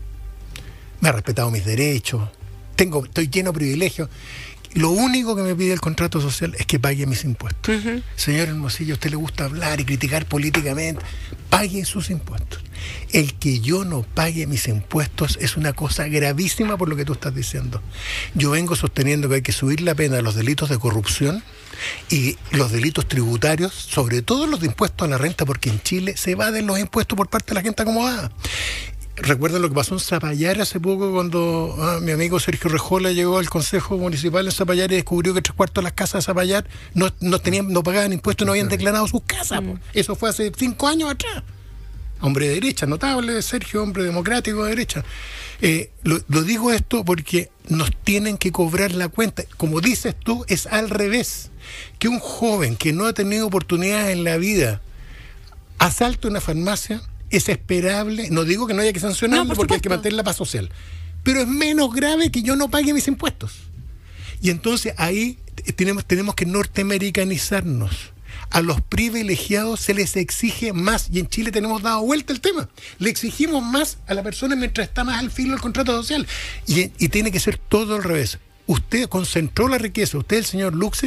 Me ha respetado mis derechos. Estoy lleno de privilegios. Lo único que me pide el contrato social es que pague mis impuestos. Señor Hermosilla, a usted le gusta hablar y criticar políticamente, pague sus impuestos. El que yo no pague mis impuestos es una cosa gravísima, por lo que tú estás diciendo. Yo vengo sosteniendo que hay que subir la pena de los delitos de corrupción y los delitos tributarios, sobre todo los de impuestos a la renta, porque en Chile se evaden los impuestos por parte de la gente acomodada. ¿Recuerdan lo que pasó en Zapallar hace poco, cuando mi amigo Sergio Rejola llegó al Consejo Municipal en Zapallar y descubrió que 3/4 de las casas de Zapallar no pagaban impuestos, no habían declarado sus casas? Eso fue hace 5 años atrás. Hombre de derecha, notable Sergio, hombre democrático de derecha. Lo digo esto porque nos tienen que cobrar la cuenta. Como dices tú, es al revés. Que un joven que no ha tenido oportunidades en la vida asalte una farmacia, es esperable, no digo que no haya que sancionarlo, porque hay que mantener la paz social, pero es menos grave que yo no pague mis impuestos. Y entonces ahí tenemos que norteamericanizarnos. A los privilegiados se les exige más, y en Chile tenemos dado vuelta el tema. Le exigimos más a la persona mientras está más al filo del contrato social. Y tiene que ser todo al revés. Usted concentró la riqueza, usted, el señor Luksich,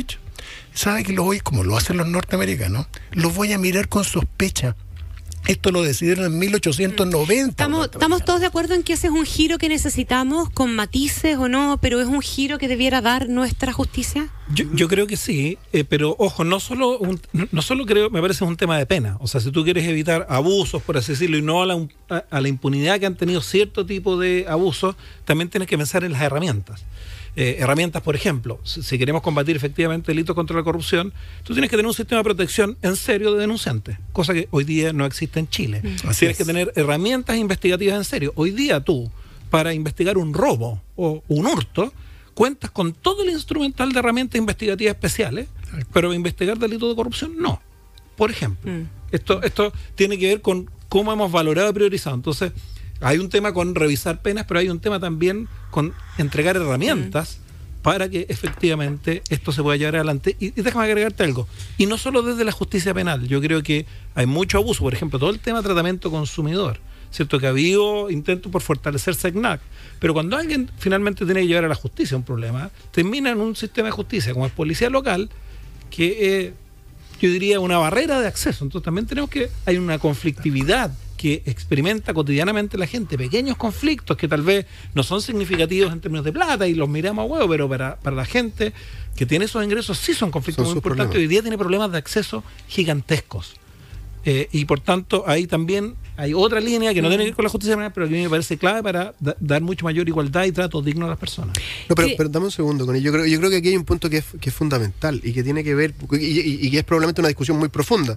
¿sabe que lo voy, como lo hacen los norteamericanos? Los voy a mirar con sospecha. Esto lo decidieron en 1890. Estamos todos de acuerdo en que ese es un giro que necesitamos, con matices o no, pero es un giro que debiera dar nuestra justicia. Yo creo que sí, pero ojo, no solo creo, me parece un tema de pena. O sea, si tú quieres evitar abusos, por así decirlo, y no a la impunidad que han tenido cierto tipo de abusos, también tienes que pensar en las herramientas. Herramientas, por ejemplo, si queremos combatir efectivamente delitos contra la corrupción, tú tienes que tener un sistema de protección en serio de denunciantes, cosa que hoy día no existe en Chile. Tienes que tener herramientas investigativas en serio. Hoy día tú, para investigar un robo o un hurto, cuentas con todo el instrumental de herramientas investigativas especiales, pero investigar delitos de corrupción no. Por ejemplo, esto tiene que ver con cómo hemos valorado y priorizado. Entonces, hay un tema con revisar penas, pero hay un tema también con entregar herramientas para que efectivamente esto se pueda llevar adelante. Y déjame agregarte algo. Y no solo desde la justicia penal. Yo creo que hay mucho abuso. Por ejemplo, todo el tema de tratamiento consumidor. ¿Cierto? Que ha habido intentos por fortalecer SECNAC. Pero cuando alguien finalmente tiene que llevar a la justicia un problema, termina en un sistema de justicia como es policía local, que yo diría una barrera de acceso. Entonces también tenemos que hay una conflictividad que experimenta cotidianamente la gente, pequeños conflictos que tal vez no son significativos en términos de plata y los miramos a huevo, pero para la gente que tiene esos ingresos sí son conflictos muy importantes. Hoy día tiene problemas de acceso gigantescos. Y por tanto, ahí también hay otra línea que no tiene que ver con la justicia penal, pero que a mí me parece clave para dar mucho mayor igualdad y trato digno a las personas. No, pero dame un segundo, Connie. Yo creo que aquí hay un punto que es fundamental y que tiene que ver, y que es probablemente una discusión muy profunda.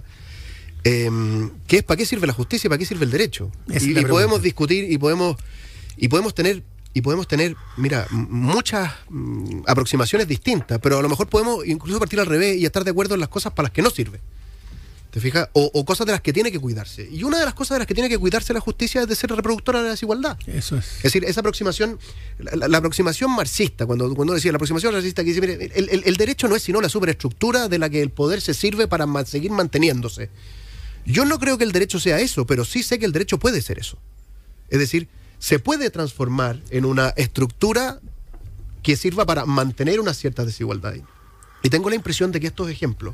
Que es ¿para qué sirve la justicia y para qué sirve el derecho? Y podemos discutir y podemos tener, mira, muchas aproximaciones distintas, pero a lo mejor podemos incluso partir al revés y estar de acuerdo en las cosas para las que no sirve. ¿Te fijas? O cosas de las que tiene que cuidarse. Y una de las cosas de las que tiene que cuidarse la justicia es de ser reproductora de la desigualdad. Eso es. Es decir, esa aproximación, la aproximación marxista, cuando decía la aproximación marxista, que dice, mire, el derecho no es sino la superestructura de la que el poder se sirve para seguir manteniéndose. Yo no creo que el derecho sea eso, pero sí sé que el derecho puede ser eso. Es decir, se puede transformar en una estructura que sirva para mantener una cierta desigualdad. Y tengo la impresión de que estos ejemplos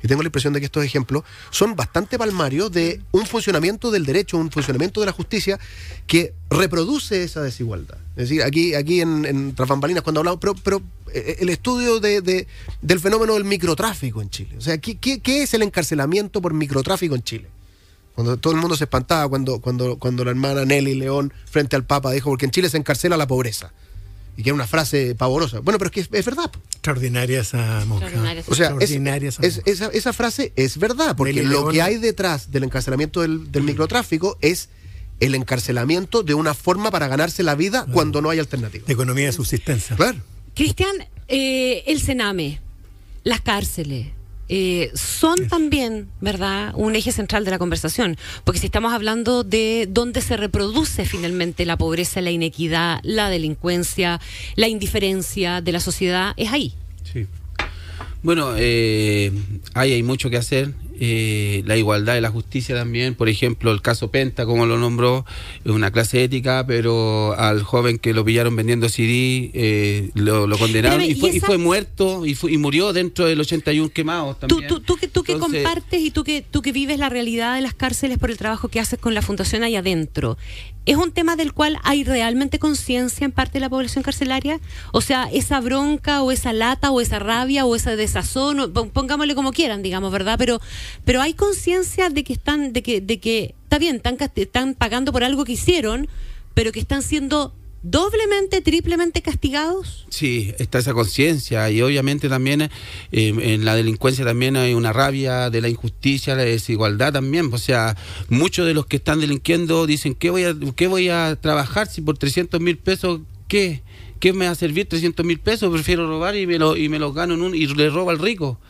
son bastante palmarios de un funcionamiento del derecho, un funcionamiento de la justicia que reproduce esa desigualdad. Es decir, aquí en Tras Bambalinas cuando hablamos, pero el estudio del fenómeno del microtráfico en Chile. O sea, ¿qué es el encarcelamiento por microtráfico en Chile? Cuando todo el mundo se espantaba cuando la hermana Nelly León frente al Papa dijo, porque en Chile se encarcela la pobreza. Y que es una frase pavorosa. Bueno, pero es que es verdad. Extraordinaria esa monja. O sea, esa frase es verdad, porque lo que hay detrás del encarcelamiento del microtráfico es el encarcelamiento de una forma para ganarse la vida cuando no hay alternativa. De economía de subsistencia. Claro. Cristian, el Sename, las cárceles, son también, ¿verdad?, un eje central de la conversación, porque si estamos hablando de dónde se reproduce finalmente la pobreza, la inequidad, la delincuencia, la indiferencia de la sociedad, es ahí. Sí. Bueno, hay mucho que hacer. La igualdad y la justicia también, por ejemplo, el caso Penta, como lo nombró, es una clase ética, pero al joven que lo pillaron vendiendo CD, lo condenaron y fue muerto y murió dentro del 81 quemados también. Tú que compartes y tú que vives la realidad de las cárceles por el trabajo que haces con la fundación ahí adentro, ¿es un tema del cual hay realmente conciencia en parte de la población carcelaria? O sea, esa bronca o esa lata o esa rabia o ese desazón, pongámosle como quieran, digamos, ¿verdad? Pero hay conciencia de que está bien, están pagando por algo que hicieron, pero que están siendo doblemente, triplemente castigados. Sí, está esa conciencia y obviamente también en la delincuencia también hay una rabia de la injusticia, la desigualdad también. O sea, muchos de los que están delinquiendo dicen, ¿qué voy a trabajar si por 300,000 pesos, qué me va a servir 300,000 pesos? Prefiero robar y me los gano y le robo al rico.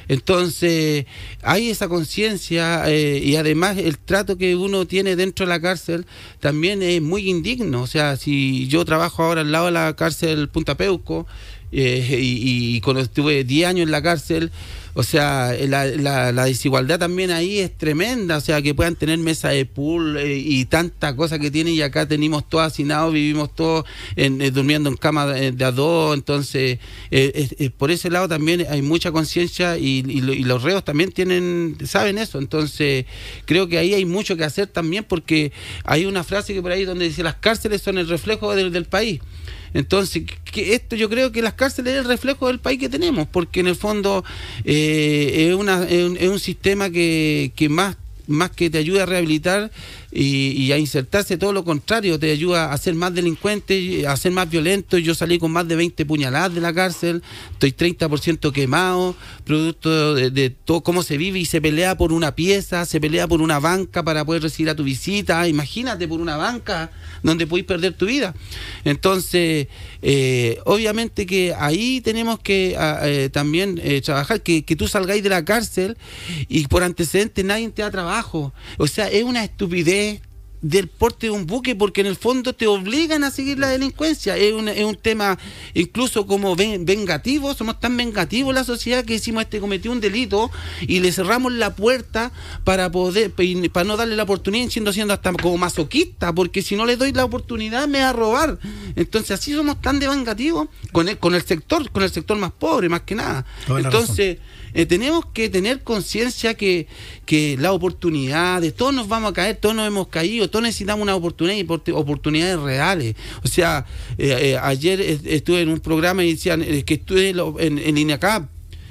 Entonces, hay esa conciencia y además el trato que uno tiene dentro de la cárcel también es muy indigno. O sea, si yo trabajo ahora al lado de la cárcel Punta Peuco, y cuando estuve 10 años en la cárcel, o sea, la desigualdad también ahí es tremenda, o sea, que puedan tener mesa de pool y tantas cosas que tienen, y acá tenemos todos hacinados, vivimos todos durmiendo en cama de a dos. Entonces, por ese lado también hay mucha conciencia y los reos también saben eso. Entonces, creo que ahí hay mucho que hacer también, porque hay una frase que por ahí donde dice: las cárceles son el reflejo del país. Entonces, yo creo que las cárceles es el reflejo del país que tenemos, porque en el fondo es un sistema que más que te ayuda a rehabilitar y a insertarse, todo lo contrario, te ayuda a ser más delincuente, a ser más violento. Yo salí con más de 20 puñaladas de la cárcel, estoy 30% quemado, producto de todo cómo se vive y se pelea por una pieza, se pelea por una banca para poder recibir a tu visita. Imagínate, por una banca donde podéis perder tu vida. Entonces, obviamente que ahí tenemos que también trabajar, que tú salgáis de la cárcel y por antecedentes nadie te da trabajo. O sea, es una estupidez del porte de un buque, porque en el fondo te obligan a seguir la delincuencia. Es un tema incluso como vengativo. Somos tan vengativos la sociedad que decimos: cometió un delito y le cerramos la puerta para no darle la oportunidad, siendo hasta como masoquista, porque si no le doy la oportunidad me va a robar. Entonces así somos tan de vengativos con el sector más pobre, más que nada. Entonces tenemos que tener conciencia que la oportunidad, de todos nos vamos a caer, todos nos hemos caído, todos necesitamos una oportunidad y oportunidades reales. O sea, ayer estuve en un programa y decían que estuve en INACAP,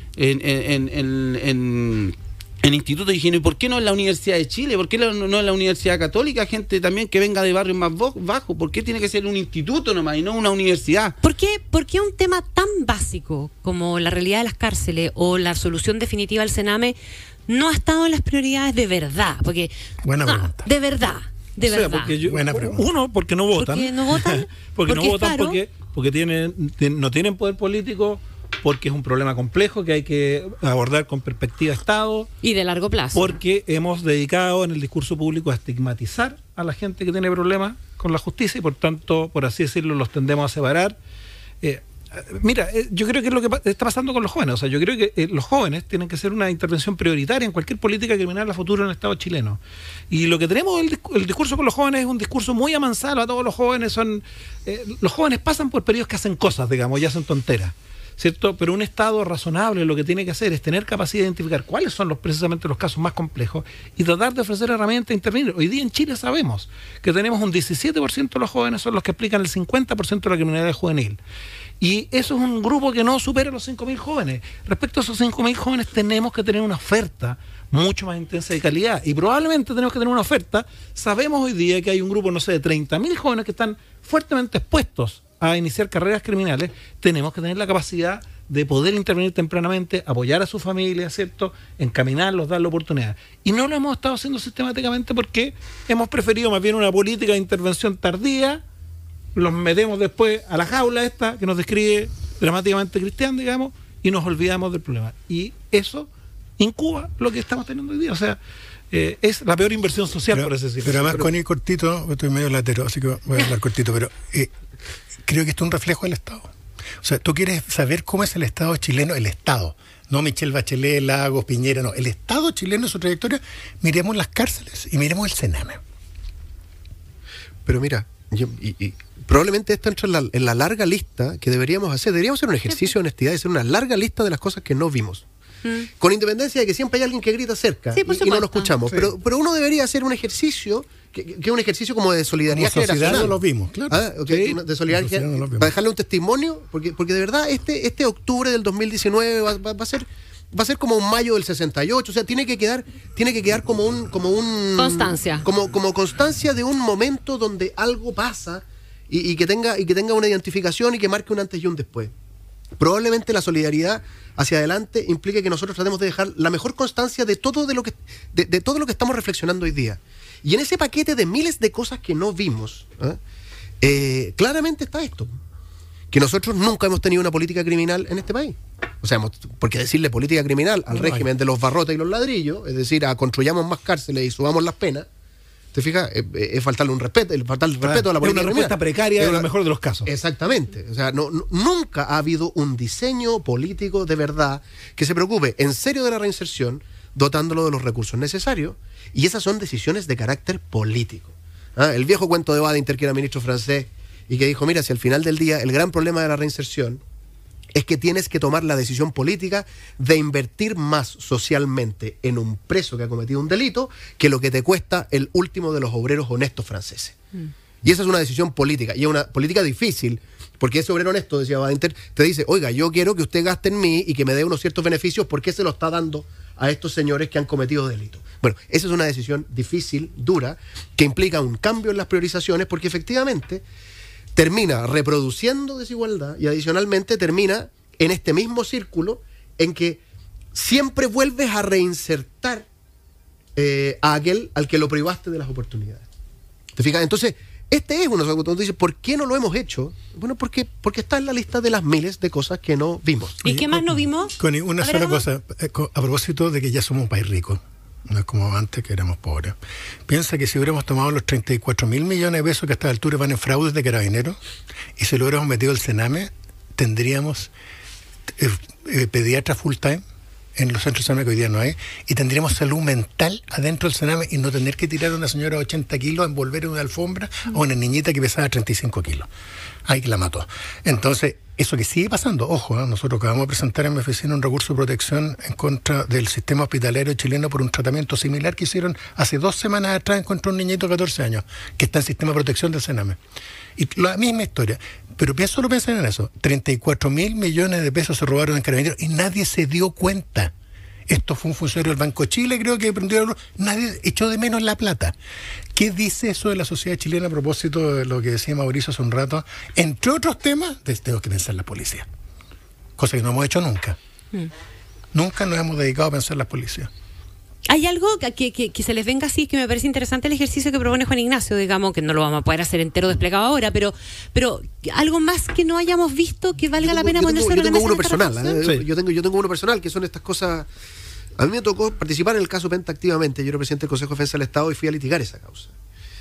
en instituto, y dije: ¿y por qué no en la Universidad de Chile? ¿Por qué no en la Universidad Católica? Gente también que venga de barrios más bajos. ¿Por qué tiene que ser un instituto nomás y no una universidad? ¿Por qué un tema tan básico como la realidad de las cárceles o la solución definitiva del Sename no ha estado en las prioridades de verdad? Porque buena pregunta. De verdad. O sea, porque buena pregunta. Uno, porque no votan. ¿Por qué no votan? porque no votan claro, porque no tienen poder político, porque es un problema complejo que hay que abordar con perspectiva de Estado. Y de largo plazo. Porque hemos dedicado en el discurso público a estigmatizar a la gente que tiene problemas con la justicia y por tanto, por así decirlo, los tendemos a separar. Mira, yo creo que es lo que está pasando con los jóvenes. O sea, yo creo que los jóvenes tienen que ser una intervención prioritaria en cualquier política criminal a futuro en el Estado chileno. Y lo que tenemos, el discurso con los jóvenes es un discurso muy amansado a todos los jóvenes. Los jóvenes pasan por periodos que hacen cosas, digamos, y hacen tonteras, ¿cierto? Pero un Estado razonable lo que tiene que hacer es tener capacidad de identificar cuáles son precisamente los casos más complejos y tratar de ofrecer herramientas a intervenir. Hoy día en Chile sabemos que tenemos un 17% de los jóvenes son los que explican el 50% de la criminalidad juvenil. Y eso es un grupo que no supera los 5.000 jóvenes. Respecto a esos 5.000 jóvenes tenemos que tener una oferta mucho más intensa de calidad. Y probablemente tenemos que tener una oferta. Sabemos hoy día que hay un grupo, no sé, de 30.000 jóvenes que están fuertemente expuestos a iniciar carreras criminales. Tenemos que tener la capacidad de poder intervenir tempranamente, apoyar a su familia, ¿cierto? Encaminarlos, darle oportunidad. Y no lo hemos estado haciendo sistemáticamente porque hemos preferido más bien una política de intervención tardía. Los metemos después a la jaula esta que nos describe dramáticamente Cristian, digamos, y nos olvidamos del problema. Y eso incuba lo que estamos teniendo hoy día. O sea, es la peor inversión social, por así decirlo. Pero además, con el cortito, estoy medio latero, así que voy a hablar cortito, pero creo que esto es un reflejo del Estado. O sea, tú quieres saber cómo es el Estado chileno, el Estado, no Michelle Bachelet, Lagos, Piñera, no. El Estado chileno, su trayectoria, miremos las cárceles y miremos el Sename. Pero mira, probablemente esto entra en la larga lista que deberíamos hacer. Deberíamos hacer un ejercicio de honestidad y hacer una larga lista de las cosas que no vimos. Con independencia de que siempre hay alguien que grita cerca y no lo escuchamos. Sí. Pero uno debería hacer un ejercicio que es un ejercicio como de solidaridad generacional. No lo vimos, claro. Okay, de solidaridad para dejarle un testimonio, porque de verdad este octubre del 2019 va a ser como un mayo del 68, o sea, tiene que quedar como un constancia. Como constancia de un momento donde algo pasa y que tenga una identificación y que marque un antes y un después. Probablemente la solidaridad hacia adelante implique que nosotros tratemos de dejar la mejor constancia de todo lo que estamos reflexionando hoy día. Y en ese paquete de miles de cosas que no vimos, claramente está esto, que nosotros nunca hemos tenido una política criminal en este país. O sea, porque decirle política criminal al régimen de los barrotes y los ladrillos, es decir, a construyamos más cárceles y subamos las penas, ¿te fijas? Es faltarle un respeto, faltar el respeto a la política criminal. Es una respuesta precaria en lo mejor de los casos. Exactamente. O sea, nunca ha habido un diseño político de verdad que se preocupe en serio de la reinserción, dotándolo de los recursos necesarios, y esas son decisiones de carácter político. El viejo cuento de Badinter, que era ministro francés, y que dijo, mira, si al final del día el gran problema de la reinserción es que tienes que tomar la decisión política de invertir más socialmente en un preso que ha cometido un delito que lo que te cuesta el último de los obreros honestos franceses. Y esa es una decisión política, y es una política difícil, porque ese obrero honesto, decía Badinter, te dice, oiga, yo quiero que usted gaste en mí y que me dé unos ciertos beneficios porque se lo está dando a estos señores que han cometido delitos. Bueno, esa es una decisión difícil, dura, que implica un cambio en las priorizaciones, porque efectivamente termina reproduciendo desigualdad y adicionalmente termina en este mismo círculo en que siempre vuelves a reinsertar a aquel al que lo privaste de las oportunidades. ¿Te fijas? Entonces, este es uno de los que dice, ¿por qué no lo hemos hecho? Bueno, porque está en la lista de las miles de cosas que no vimos. ¿Y qué más no vimos? Con una sola cosa, a propósito de que ya somos un país rico. No es como antes que éramos pobres. Piensa que si hubiéramos tomado los 34.000 millones de pesos que a esta altura van en fraudes de carabineros y se lo hubiéramos metido al Sename, tendríamos pediatras full time en los centros de Sename que hoy día no hay, y tendríamos salud mental adentro del Sename y no tener que tirar a una señora de 80 kilos a envolver en una alfombra a una niñita que pesaba 35 kilos. Ay, que la mató. Entonces, eso que sigue pasando, ojo, nosotros acabamos de presentar en mi oficina un recurso de protección en contra del sistema hospitalario chileno por un tratamiento similar que hicieron hace 2 semanas atrás contra un niñito de 14 años que está en sistema de protección del Sename. Y la misma historia. Pero solo piensen en eso. 34.000 millones de pesos se robaron en Carabineros y nadie se dio cuenta. Esto fue un funcionario del Banco Chile, creo que prendió. Nadie echó de menos la plata. ¿Qué dice eso de la sociedad chilena a propósito de lo que decía Mauricio hace un rato? Entre otros temas, tenemos que pensar en la policía. Cosa que no hemos hecho nunca. Nunca nos hemos dedicado a pensar en la policía. Hay algo que se les venga así, que me parece interesante el ejercicio que propone Juan Ignacio, digamos, que no lo vamos a poder hacer entero desplegado ahora, pero algo más que no hayamos visto que valga la pena ponerse en la mesa. Yo tengo uno personal, yo tengo uno personal, que son estas cosas. A mí me tocó participar en el caso Penta activamente. Yo era presidente del Consejo de Defensa del Estado y fui a litigar esa causa.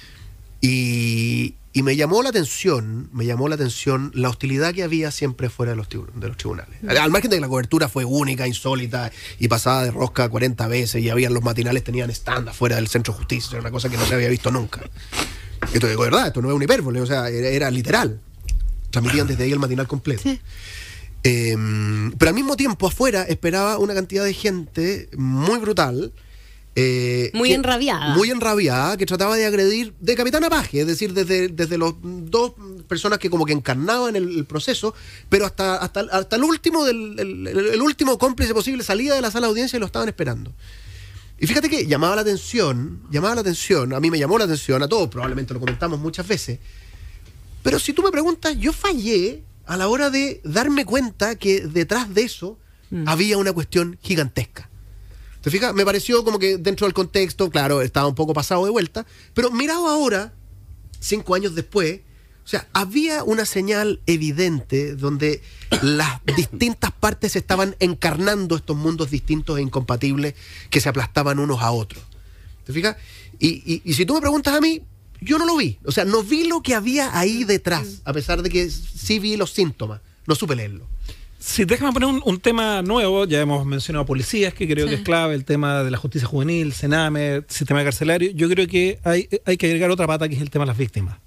Y me llamó la atención la hostilidad que había siempre fuera de los tribunales. Al margen de que la cobertura fue única, insólita y pasada de rosca 40 veces, y los matinales tenían stand afuera del Centro de Justicia, era una cosa que no se había visto nunca. Esto digo, verdad, esto no es una hipérbole, o sea, era literal. Transmitían desde ahí el matinal completo. Sí. Pero al mismo tiempo afuera esperaba una cantidad de gente muy brutal, muy enrabiada, que trataba de agredir de capitán a paje, es decir, desde los 2 personas que como que encarnaban el proceso, pero hasta el último el último cómplice posible salía de la sala de audiencia y lo estaban esperando. Y fíjate que llamaba la atención, a mí me llamó la atención, a todos probablemente lo comentamos muchas veces, pero si tú me preguntas, yo fallé a la hora de darme cuenta que detrás de eso había una cuestión gigantesca. ¿Te fijas? Me pareció como que dentro del contexto, claro, estaba un poco pasado de vuelta, pero mirado ahora, 5 años después, o sea, había una señal evidente donde las distintas partes estaban encarnando estos mundos distintos e incompatibles que se aplastaban unos a otros. ¿Te fijas? Y si tú me preguntas a mí, yo no lo vi. O sea, no vi lo que había ahí detrás, a pesar de que sí vi los síntomas. No supe leerlo. Sí, déjame poner un tema nuevo. Ya hemos mencionado policías, que creo que es clave, el tema de la justicia juvenil, Sename, sistema carcelario. Yo creo que hay que agregar otra pata, que es el tema de las víctimas.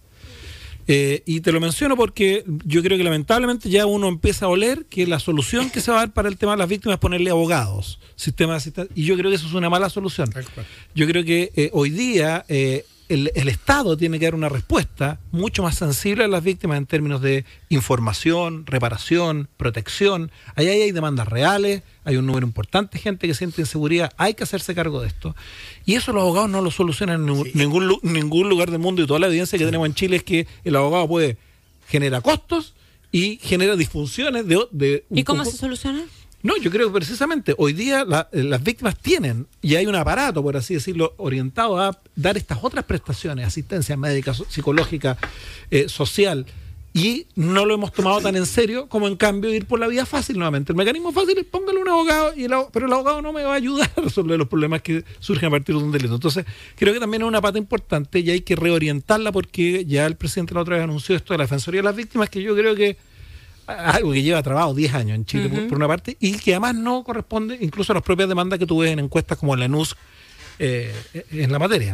Y te lo menciono porque yo creo que lamentablemente ya uno empieza a oler que la solución que se va a dar para el tema de las víctimas es ponerle abogados, y yo creo que eso es una mala solución. Yo creo que hoy día el Estado tiene que dar una respuesta mucho más sensible a las víctimas en términos de información, reparación, protección. Ahí hay demandas reales, hay un número importante de gente que siente inseguridad, hay que hacerse cargo de esto. Y eso los abogados no lo solucionan en ningún lugar del mundo, y toda la evidencia que tenemos en Chile es que el abogado genera costos y genera disfunciones de ¿Y cómo se soluciona? No, yo creo que precisamente hoy día las víctimas tienen, y hay un aparato, por así decirlo, orientado a dar estas otras prestaciones, asistencia médica, psicológica, social, y no lo hemos tomado tan en serio como en cambio ir por la vía fácil nuevamente. El mecanismo fácil es póngale un abogado, pero el abogado no me va a ayudar a resolver los problemas que surgen a partir de un delito. Entonces, creo que también es una pata importante y hay que reorientarla porque ya el presidente la otra vez anunció esto de la Defensoría de las Víctimas, que yo creo que algo que lleva trabado 10 años en Chile, por una parte, y que además no corresponde incluso a las propias demandas que tú ves en encuestas como la ENUS en la materia.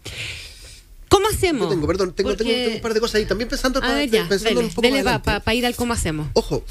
¿Cómo hacemos? Tengo un par de cosas ahí. También pensando un poco dele más para ir al cómo hacemos. Ojo,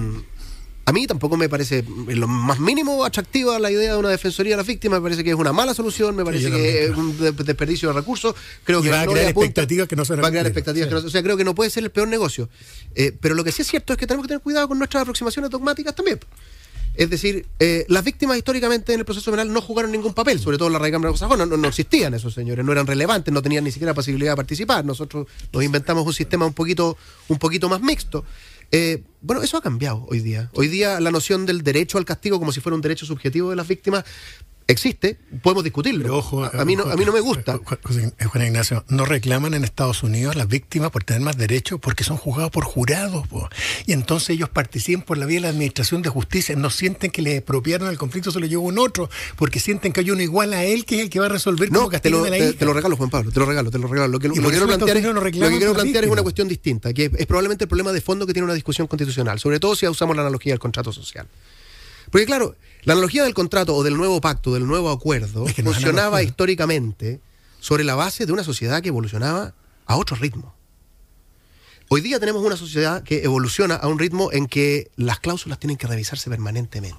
a mí tampoco me parece en lo más mínimo atractiva la idea de una defensoría de las víctimas. Me parece que es una mala solución, me parece que es un desperdicio de recursos. Creo que va a no crear le apunta, expectativas que no se van a va a crear cumplir. expectativas que no, o sea, creo que no puede ser el peor negocio. Pero lo que sí es cierto es que tenemos que tener cuidado con nuestras aproximaciones dogmáticas también. Es decir, las víctimas históricamente en el proceso penal no jugaron ningún papel, sobre todo en la radical anglosajona, no existían esos señores, no eran relevantes, no tenían ni siquiera posibilidad de participar. Nosotros nos inventamos un sistema un poquito más mixto. Bueno, eso ha cambiado hoy día. Hoy día la noción del derecho al castigo como si fuera un derecho subjetivo de las víctimas existe, podemos discutirlo. Pero ojo, a mí no me gusta. Juan Ignacio, no reclaman en Estados Unidos las víctimas por tener más derechos porque son juzgados por jurados, po. Y entonces ellos participan por la vía de la administración de justicia, no sienten que les expropiaron el conflicto, se lo llevó un otro, porque sienten que hay uno igual a él que es el que va a resolver como castigo de la hija. Te lo regalo, Juan Pablo, te lo regalo. Lo que quiero plantear es una cuestión distinta, que es probablemente el problema de fondo que tiene una discusión constitucional, sobre todo si usamos la analogía del contrato social. Porque claro, la analogía del contrato o del nuevo pacto, del nuevo acuerdo, funcionaba históricamente sobre la base de una sociedad que evolucionaba a otro ritmo. Hoy día tenemos una sociedad que evoluciona a un ritmo en que las cláusulas tienen que revisarse permanentemente.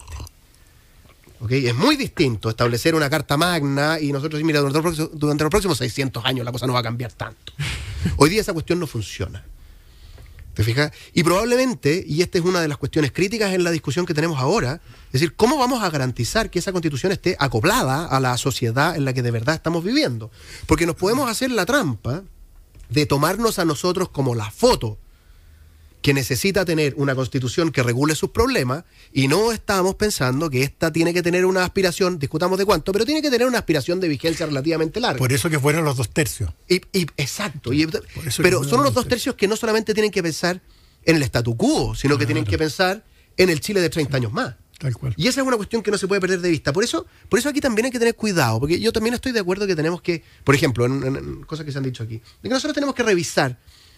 ¿Okay? Es muy distinto establecer una carta magna y nosotros decir, mira, durante los próximos 600 años la cosa no va a cambiar tanto. Hoy día esa cuestión no funciona. ¿Te fijas? Y probablemente, y esta es una de las cuestiones críticas en la discusión que tenemos ahora, es decir, ¿cómo vamos a garantizar que esa constitución esté acoplada a la sociedad en la que de verdad estamos viviendo? Porque nos podemos hacer la trampa de tomarnos a nosotros como la foto que necesita tener una constitución que regule sus problemas y no estamos pensando que esta tiene que tener una aspiración, discutamos de cuánto, pero tiene que tener una aspiración de vigencia relativamente larga. Por eso que fueron los 2 tercios. Exacto. Pero son los 2 tercios que no solamente tienen que pensar en el statu quo, sino que tienen que pensar en el Chile de 30 años más. Tal cual. Y esa es una cuestión que no se puede perder de vista. Por eso aquí también hay que tener cuidado, porque yo también estoy de acuerdo que tenemos que, por ejemplo, en cosas que se han dicho aquí, de que nosotros tenemos que revisar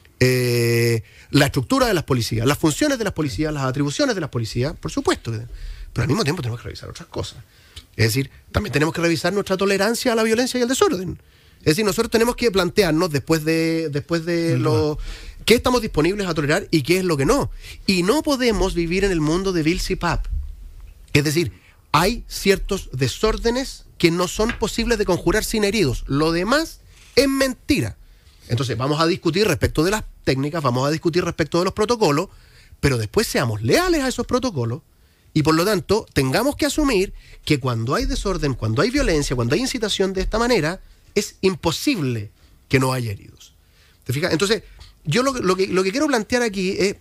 la estructura de las policías, las funciones de las policías, las atribuciones de las policías, por supuesto, pero al mismo tiempo tenemos que revisar otras cosas. Es decir, también tenemos que revisar nuestra tolerancia a la violencia y al desorden. Es decir, nosotros tenemos que plantearnos después de lo qué estamos disponibles a tolerar y qué es lo que no. Y no podemos vivir en el mundo de Bills y Pap. Es decir, hay ciertos desórdenes que no son posibles de conjurar sin heridos. Lo demás es mentira. Entonces vamos a discutir respecto de las técnicas, vamos a discutir respecto de los protocolos, pero después seamos leales a esos protocolos y por lo tanto tengamos que asumir que cuando hay desorden, cuando hay violencia, cuando hay incitación de esta manera, es imposible que no haya heridos. ¿Te fijas? Entonces, yo lo que quiero plantear aquí es,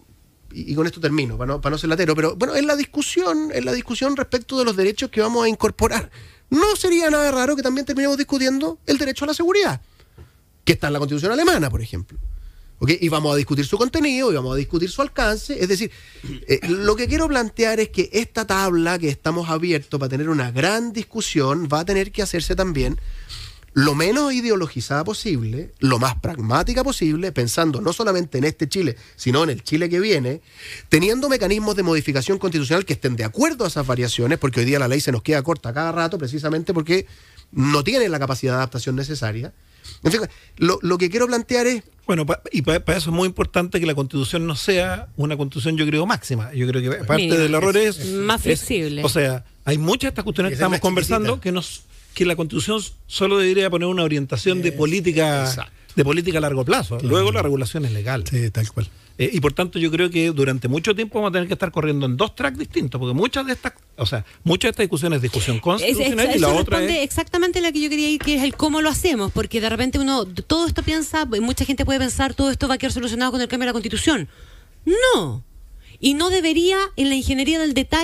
y con esto termino, para no ser latero, pero bueno, en la discusión respecto de los derechos que vamos a incorporar, no sería nada raro que también terminemos discutiendo el derecho a la seguridad, que está en la Constitución alemana, por ejemplo. ¿Okay? Y vamos a discutir su contenido y vamos a discutir su alcance. Es decir, lo que quiero plantear es que esta tabla que estamos abiertos para tener una gran discusión va a tener que hacerse también lo menos ideologizada posible, lo más pragmática posible, pensando no solamente en este Chile, sino en el Chile que viene, teniendo mecanismos de modificación constitucional que estén de acuerdo a esas variaciones, porque hoy día la ley se nos queda corta cada rato precisamente porque no tiene la capacidad de adaptación necesaria. En fin, lo que quiero plantear es... Bueno, para eso es muy importante que la Constitución no sea una Constitución, yo creo, máxima. Yo creo que parte del error es... Más flexible. O sea, hay muchas de estas cuestiones que estamos conversando que la Constitución solo debería poner una orientación de política a largo plazo. Claro. Luego la regulación es legal. Sí, tal cual. Y por tanto yo creo que durante mucho tiempo vamos a tener que estar corriendo en 2 tracks distintos, porque muchas de estas discusiones es discusión constitucional y la otra es... exactamente la que yo quería ir, que es el cómo lo hacemos, porque de repente uno, todo esto piensa, mucha gente puede pensar, todo esto va a quedar solucionado con el cambio de la Constitución. No. Y no debería, en la ingeniería del detalle,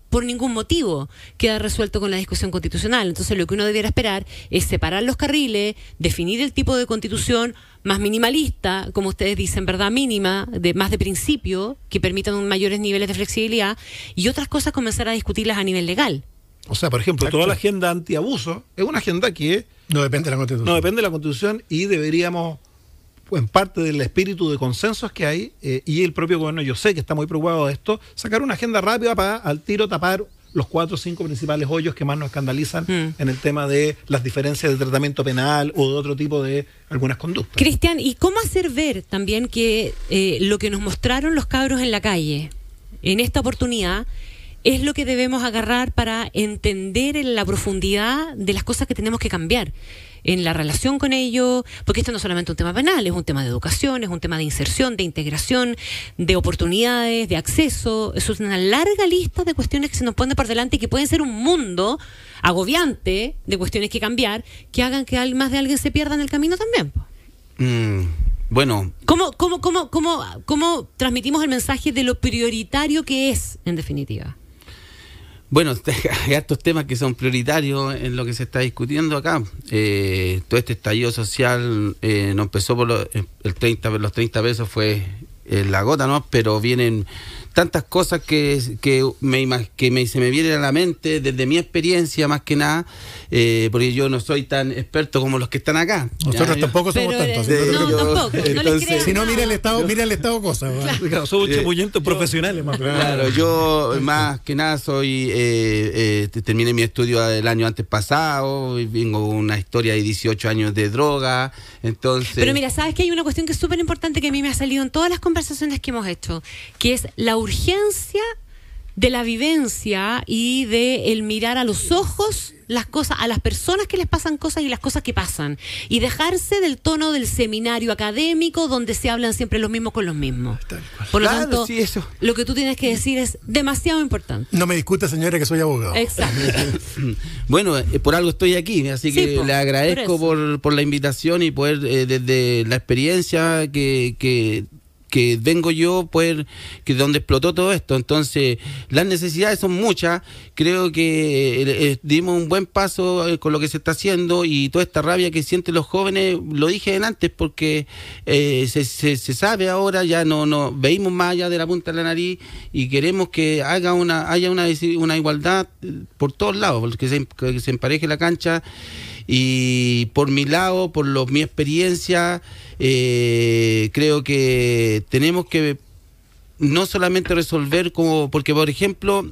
por ningún motivo queda resuelto con la discusión constitucional. Entonces lo que uno debiera esperar es separar los carriles, definir el tipo de constitución más minimalista, como ustedes dicen, ¿verdad? Mínima, más de principio, que permitan mayores niveles de flexibilidad, y otras cosas comenzar a discutirlas a nivel legal. O sea, por ejemplo, toda la agenda antiabuso es una agenda que no depende de la Constitución. No depende de la Constitución, y deberíamos, en parte del espíritu de consensos que hay, y el propio gobierno, yo sé que está muy preocupado de esto, sacar una agenda rápida para al tiro tapar los 4 o 5 principales hoyos que más nos escandalizan en el tema de las diferencias de tratamiento penal o de otro tipo de algunas conductas. Cristian, ¿y cómo hacer ver también que lo que nos mostraron los cabros en la calle en esta oportunidad es lo que debemos agarrar para entender en la profundidad de las cosas que tenemos que cambiar en la relación con ellos? Porque esto no es solamente un tema penal, es un tema de educación, es un tema de inserción, de integración, de oportunidades, de acceso. Eso es una larga lista de cuestiones que se nos ponen por delante y que pueden ser un mundo agobiante de cuestiones que cambiar, que hagan que más de alguien se pierda en el camino también. Bueno. ¿Cómo transmitimos el mensaje de lo prioritario que es, en definitiva? Bueno, hay hartos temas que son prioritarios en lo que se está discutiendo acá. Todo este estallido social no empezó por los 30 pesos, fue la gota, ¿no? Pero vienen tantas cosas que se me vienen a la mente desde mi experiencia, más que nada, porque yo no soy tan experto como los que están acá. Nosotros tampoco somos tantos. Tampoco. Entonces, si no, mira el Estado cosas. Claro, somos chapuyentos profesionales. Claro, yo más que nada terminé mi estudio el año antes pasado, vengo con una historia de 18 años de droga, entonces... Pero mira, ¿sabes que hay una cuestión que es súper importante que a mí me ha salido en todas las conversaciones que hemos hecho? Que es la urgencia de la vivencia y de el mirar a los ojos las cosas, a las personas que les pasan cosas y las cosas que pasan, y dejarse del tono del seminario académico donde se hablan siempre los mismos con los mismos. Por lo tanto, sí, eso. Lo que tú tienes que decir es demasiado importante. No me discuta, señora, que soy abogado. Exacto. Bueno, por algo estoy aquí, así que Sí, le agradezco por la invitación y poder, desde la experiencia que vengo yo, que donde explotó todo esto. Entonces, las necesidades son muchas. Creo que dimos un buen paso con lo que se está haciendo, y toda esta rabia que sienten los jóvenes, lo dije antes, porque se sabe ahora, ya no veimos más allá de la punta de la nariz, y queremos que haya una igualdad por todos lados, porque que se empareje la cancha. Y por mi lado, mi experiencia, creo que tenemos que no solamente resolver porque por ejemplo,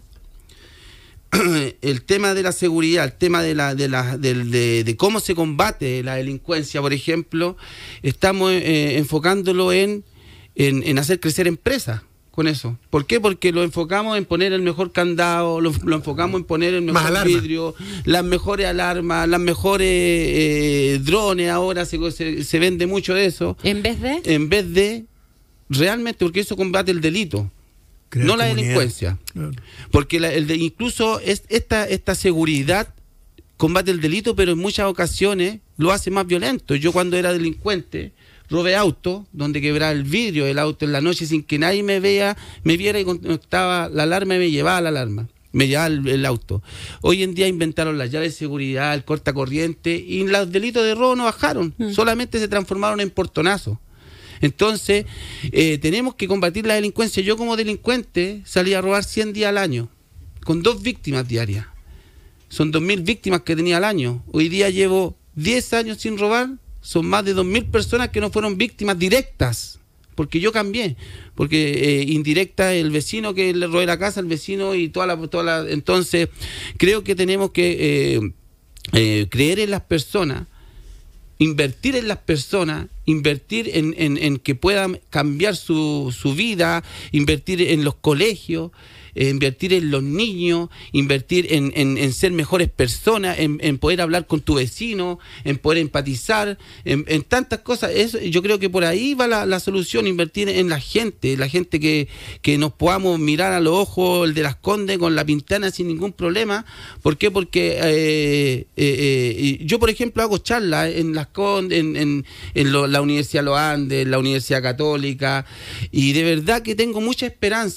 el tema de la seguridad, el tema de cómo se combate la delincuencia, por ejemplo, estamos enfocándolo en hacer crecer empresas. Con eso. ¿Por qué? Porque lo enfocamos en poner el mejor candado, lo enfocamos en poner el mejor vidrio, las mejores alarmas, las mejores drones. Ahora se vende mucho de eso. En vez de realmente, porque eso combate el delito, no la delincuencia. Claro. Porque incluso esta seguridad combate el delito, pero en muchas ocasiones lo hace más violento. Yo, cuando era delincuente, robé auto, donde quebraba el vidrio del auto en la noche sin que nadie me viera, y conectaba la alarma y me llevaba la alarma, me llevaba el auto. Hoy en día inventaron las llaves de seguridad, el cortacorriente, y los delitos de robo no bajaron, solamente se transformaron en portonazos. Entonces, tenemos que combatir la delincuencia. Yo, como delincuente, salí a robar 100 días al año, con 2 víctimas diarias. Son 2.000 víctimas que tenía al año. Hoy día llevo 10 años sin robar. Son más de 2.000 personas que no fueron víctimas directas, porque yo cambié, porque indirecta, el vecino que le robé la casa, el vecino y toda la. Entonces, creo que tenemos que creer en las personas, invertir en las personas, invertir en que puedan cambiar su vida, invertir en los colegios, invertir en los niños, invertir en ser mejores personas, en poder hablar con tu vecino, en poder empatizar, en tantas cosas. Eso, yo creo que por ahí va la solución, invertir en la gente que nos podamos mirar a los ojos, el de Las Condes con La Pintana sin ningún problema. ¿Por qué? Porque yo, por ejemplo, hago charlas en Las Condes, en la Universidad de los Andes, en la Universidad Católica, y de verdad que tengo mucha esperanza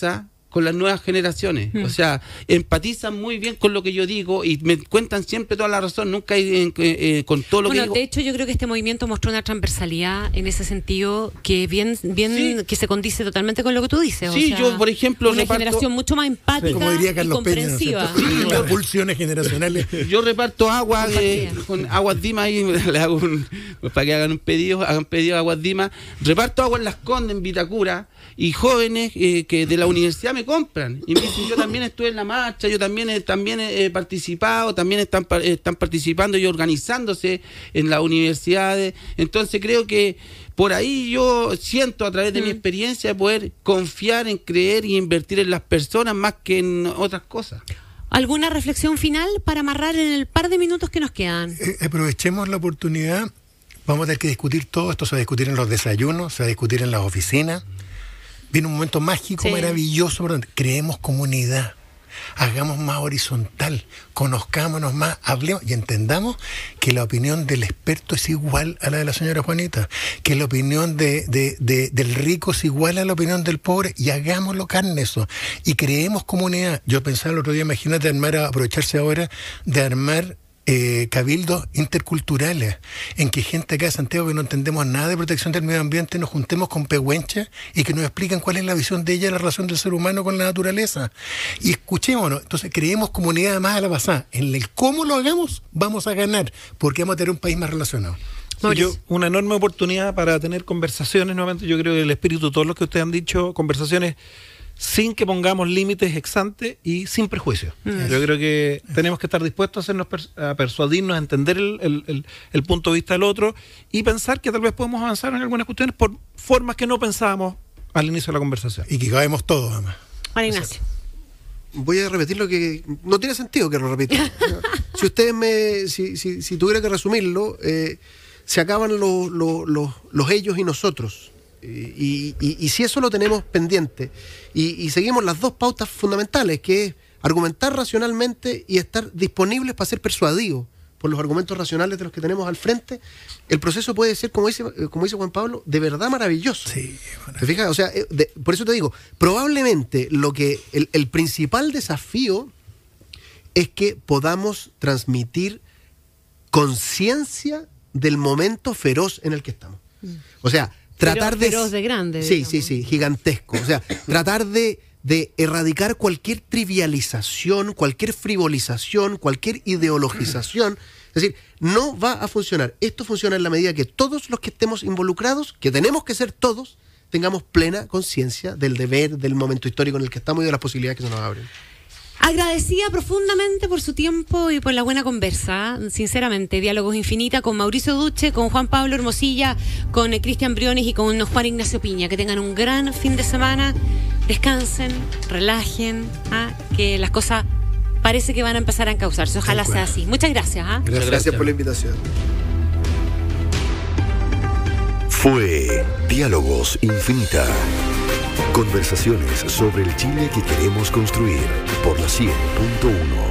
con las nuevas generaciones. O sea, empatizan muy bien con lo que yo digo y me cuentan siempre toda la razón, nunca hay con todo lo que digo. De hecho, yo creo que este movimiento mostró una transversalidad en ese sentido que bien sí, que se condice totalmente con lo que tú dices. Sí, o sea, yo, por ejemplo, una generación mucho más empática, como diría Carlos y comprensiva. Peña, ¿no? Las pulsiones generacionales. Yo reparto agua con Aguas Dima y le hago para que hagan pedido a Aguas Dima. Reparto agua en Las Condes, en Vitacura, y jóvenes que de la universidad me compran y me dicen, yo también estuve en la marcha, yo también he participado, también están participando y organizándose en las universidades. Entonces creo que por ahí yo siento a través de mi experiencia poder confiar en creer y invertir en las personas más que en otras cosas. ¿Alguna reflexión final para amarrar en el par de minutos que nos quedan? Aprovechemos la oportunidad. Vamos a tener que discutir todo esto. Se va a discutir en los desayunos, se va a discutir en las oficinas. Viene un momento mágico, maravilloso. Creemos comunidad. Hagamos más horizontal. Conozcámonos más. Hablemos y entendamos que la opinión del experto es igual a la de la señora Juanita. Que la opinión del rico es igual a la opinión del pobre. Y hagámoslo carne eso. Y creemos comunidad. Yo pensaba el otro día, imagínate aprovecharse ahora de armar cabildos interculturales, en que gente acá de Santiago que no entendemos nada de protección del medio ambiente nos juntemos con pehuenches y que nos expliquen cuál es la visión de ella de la relación del ser humano con la naturaleza. Y escuchémonos. Entonces creemos comunidad más a la pasada. En el cómo lo hagamos vamos a ganar, porque vamos a tener un país más relacionado. Una enorme oportunidad para tener conversaciones nuevamente. Yo creo que el espíritu de todos los que ustedes han dicho, conversaciones sin que pongamos límites ex ante y sin prejuicios. Yo creo que tenemos que estar dispuestos a persuadirnos, a entender el punto de vista del otro y pensar que tal vez podemos avanzar en algunas cuestiones por formas que no pensábamos al inicio de la conversación. Y que cabemos todos, además. Juan Ignacio. Voy a repetir lo que no tiene sentido que lo repita. Si ustedes si tuviera que resumirlo, se acaban los ellos y nosotros. Y si eso lo tenemos pendiente y seguimos las dos pautas fundamentales, que es argumentar racionalmente y estar disponibles para ser persuadidos por los argumentos racionales de los que tenemos al frente, el proceso puede ser, como dice Juan Pablo, de verdad maravilloso. Sí, bueno. ¿Te fijas? O sea, por eso te digo, probablemente el principal desafío es que podamos transmitir conciencia del momento feroz en el que estamos. O sea, tratar feroz de grande. Sí, gigantesco. O sea, tratar de erradicar cualquier trivialización, cualquier frivolización, cualquier ideologización. Es decir, no va a funcionar. Esto funciona en la medida que todos los que estemos involucrados, que tenemos que ser todos, tengamos plena conciencia del deber, del momento histórico en el que estamos y de las posibilidades que se nos abren. Agradecida profundamente por su tiempo y por la buena conversa, sinceramente. Diálogos Infinita con Mauricio Duche, con Juan Pablo Hermosilla, con Cristian Briones y con Juan Ignacio Piña. Que tengan un gran fin de semana, descansen, relajen, que las cosas parece que van a empezar a encauzarse. Ojalá sea así. Muchas gracias. Gracias por la invitación. Fue Diálogos Infinita. Conversaciones sobre el Chile que queremos construir por la 100.1.